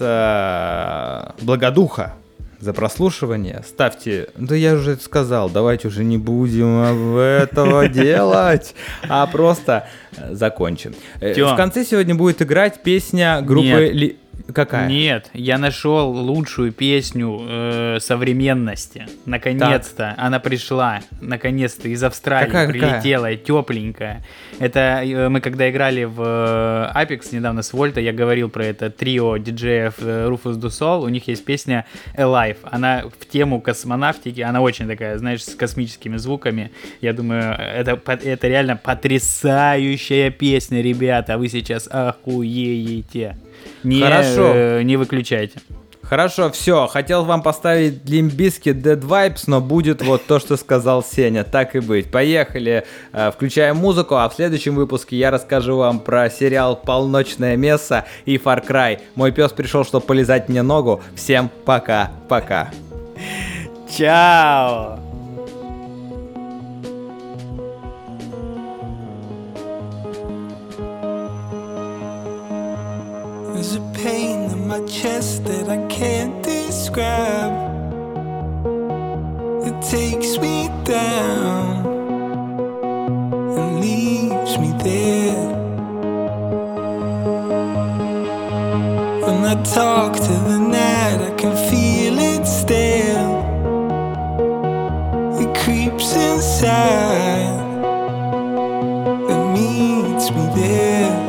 благодуха за прослушивание. Ставьте... Да я уже это сказал, давайте уже не будем этого делать, а просто закончим. В конце сегодня будет играть песня группы... Какая? Нет, я нашел лучшую песню современности. Наконец-то она пришла. Наконец-то из Австралии прилетела, тепленькая. Это мы когда играли в Apex недавно с Вольта, я говорил про это трио диджеев Rufus Du Sol. У них есть песня Alive. Она в тему космонавтики. Она очень такая, знаешь, с космическими звуками. Я думаю, это реально потрясающая песня, ребята. Вы сейчас охуеете. Хорошо. Не выключайте. Хорошо, все. Хотел вам поставить Limp Bizkit Dead Vibes, но будет вот то, что сказал Сеня. Так и быть. Поехали. Включаем музыку, а в следующем выпуске я расскажу вам про сериал «Полночное место» и Far Cry. Мой пес пришел, чтобы полизать мне ногу. Всем пока-пока. Чао. There's a pain in my chest that I can't describe. It takes me down and leaves me there. When I talk to the night, I can feel it still. It creeps inside and meets me there.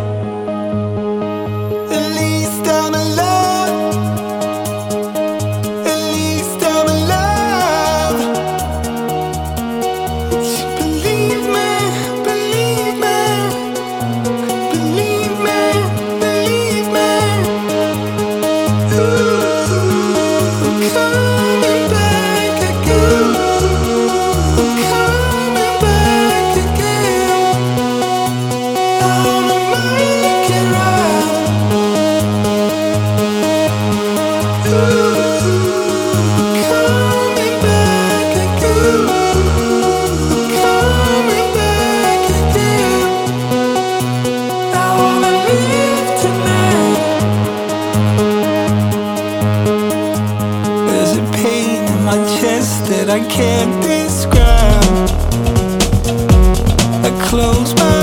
That I can't describe. I close my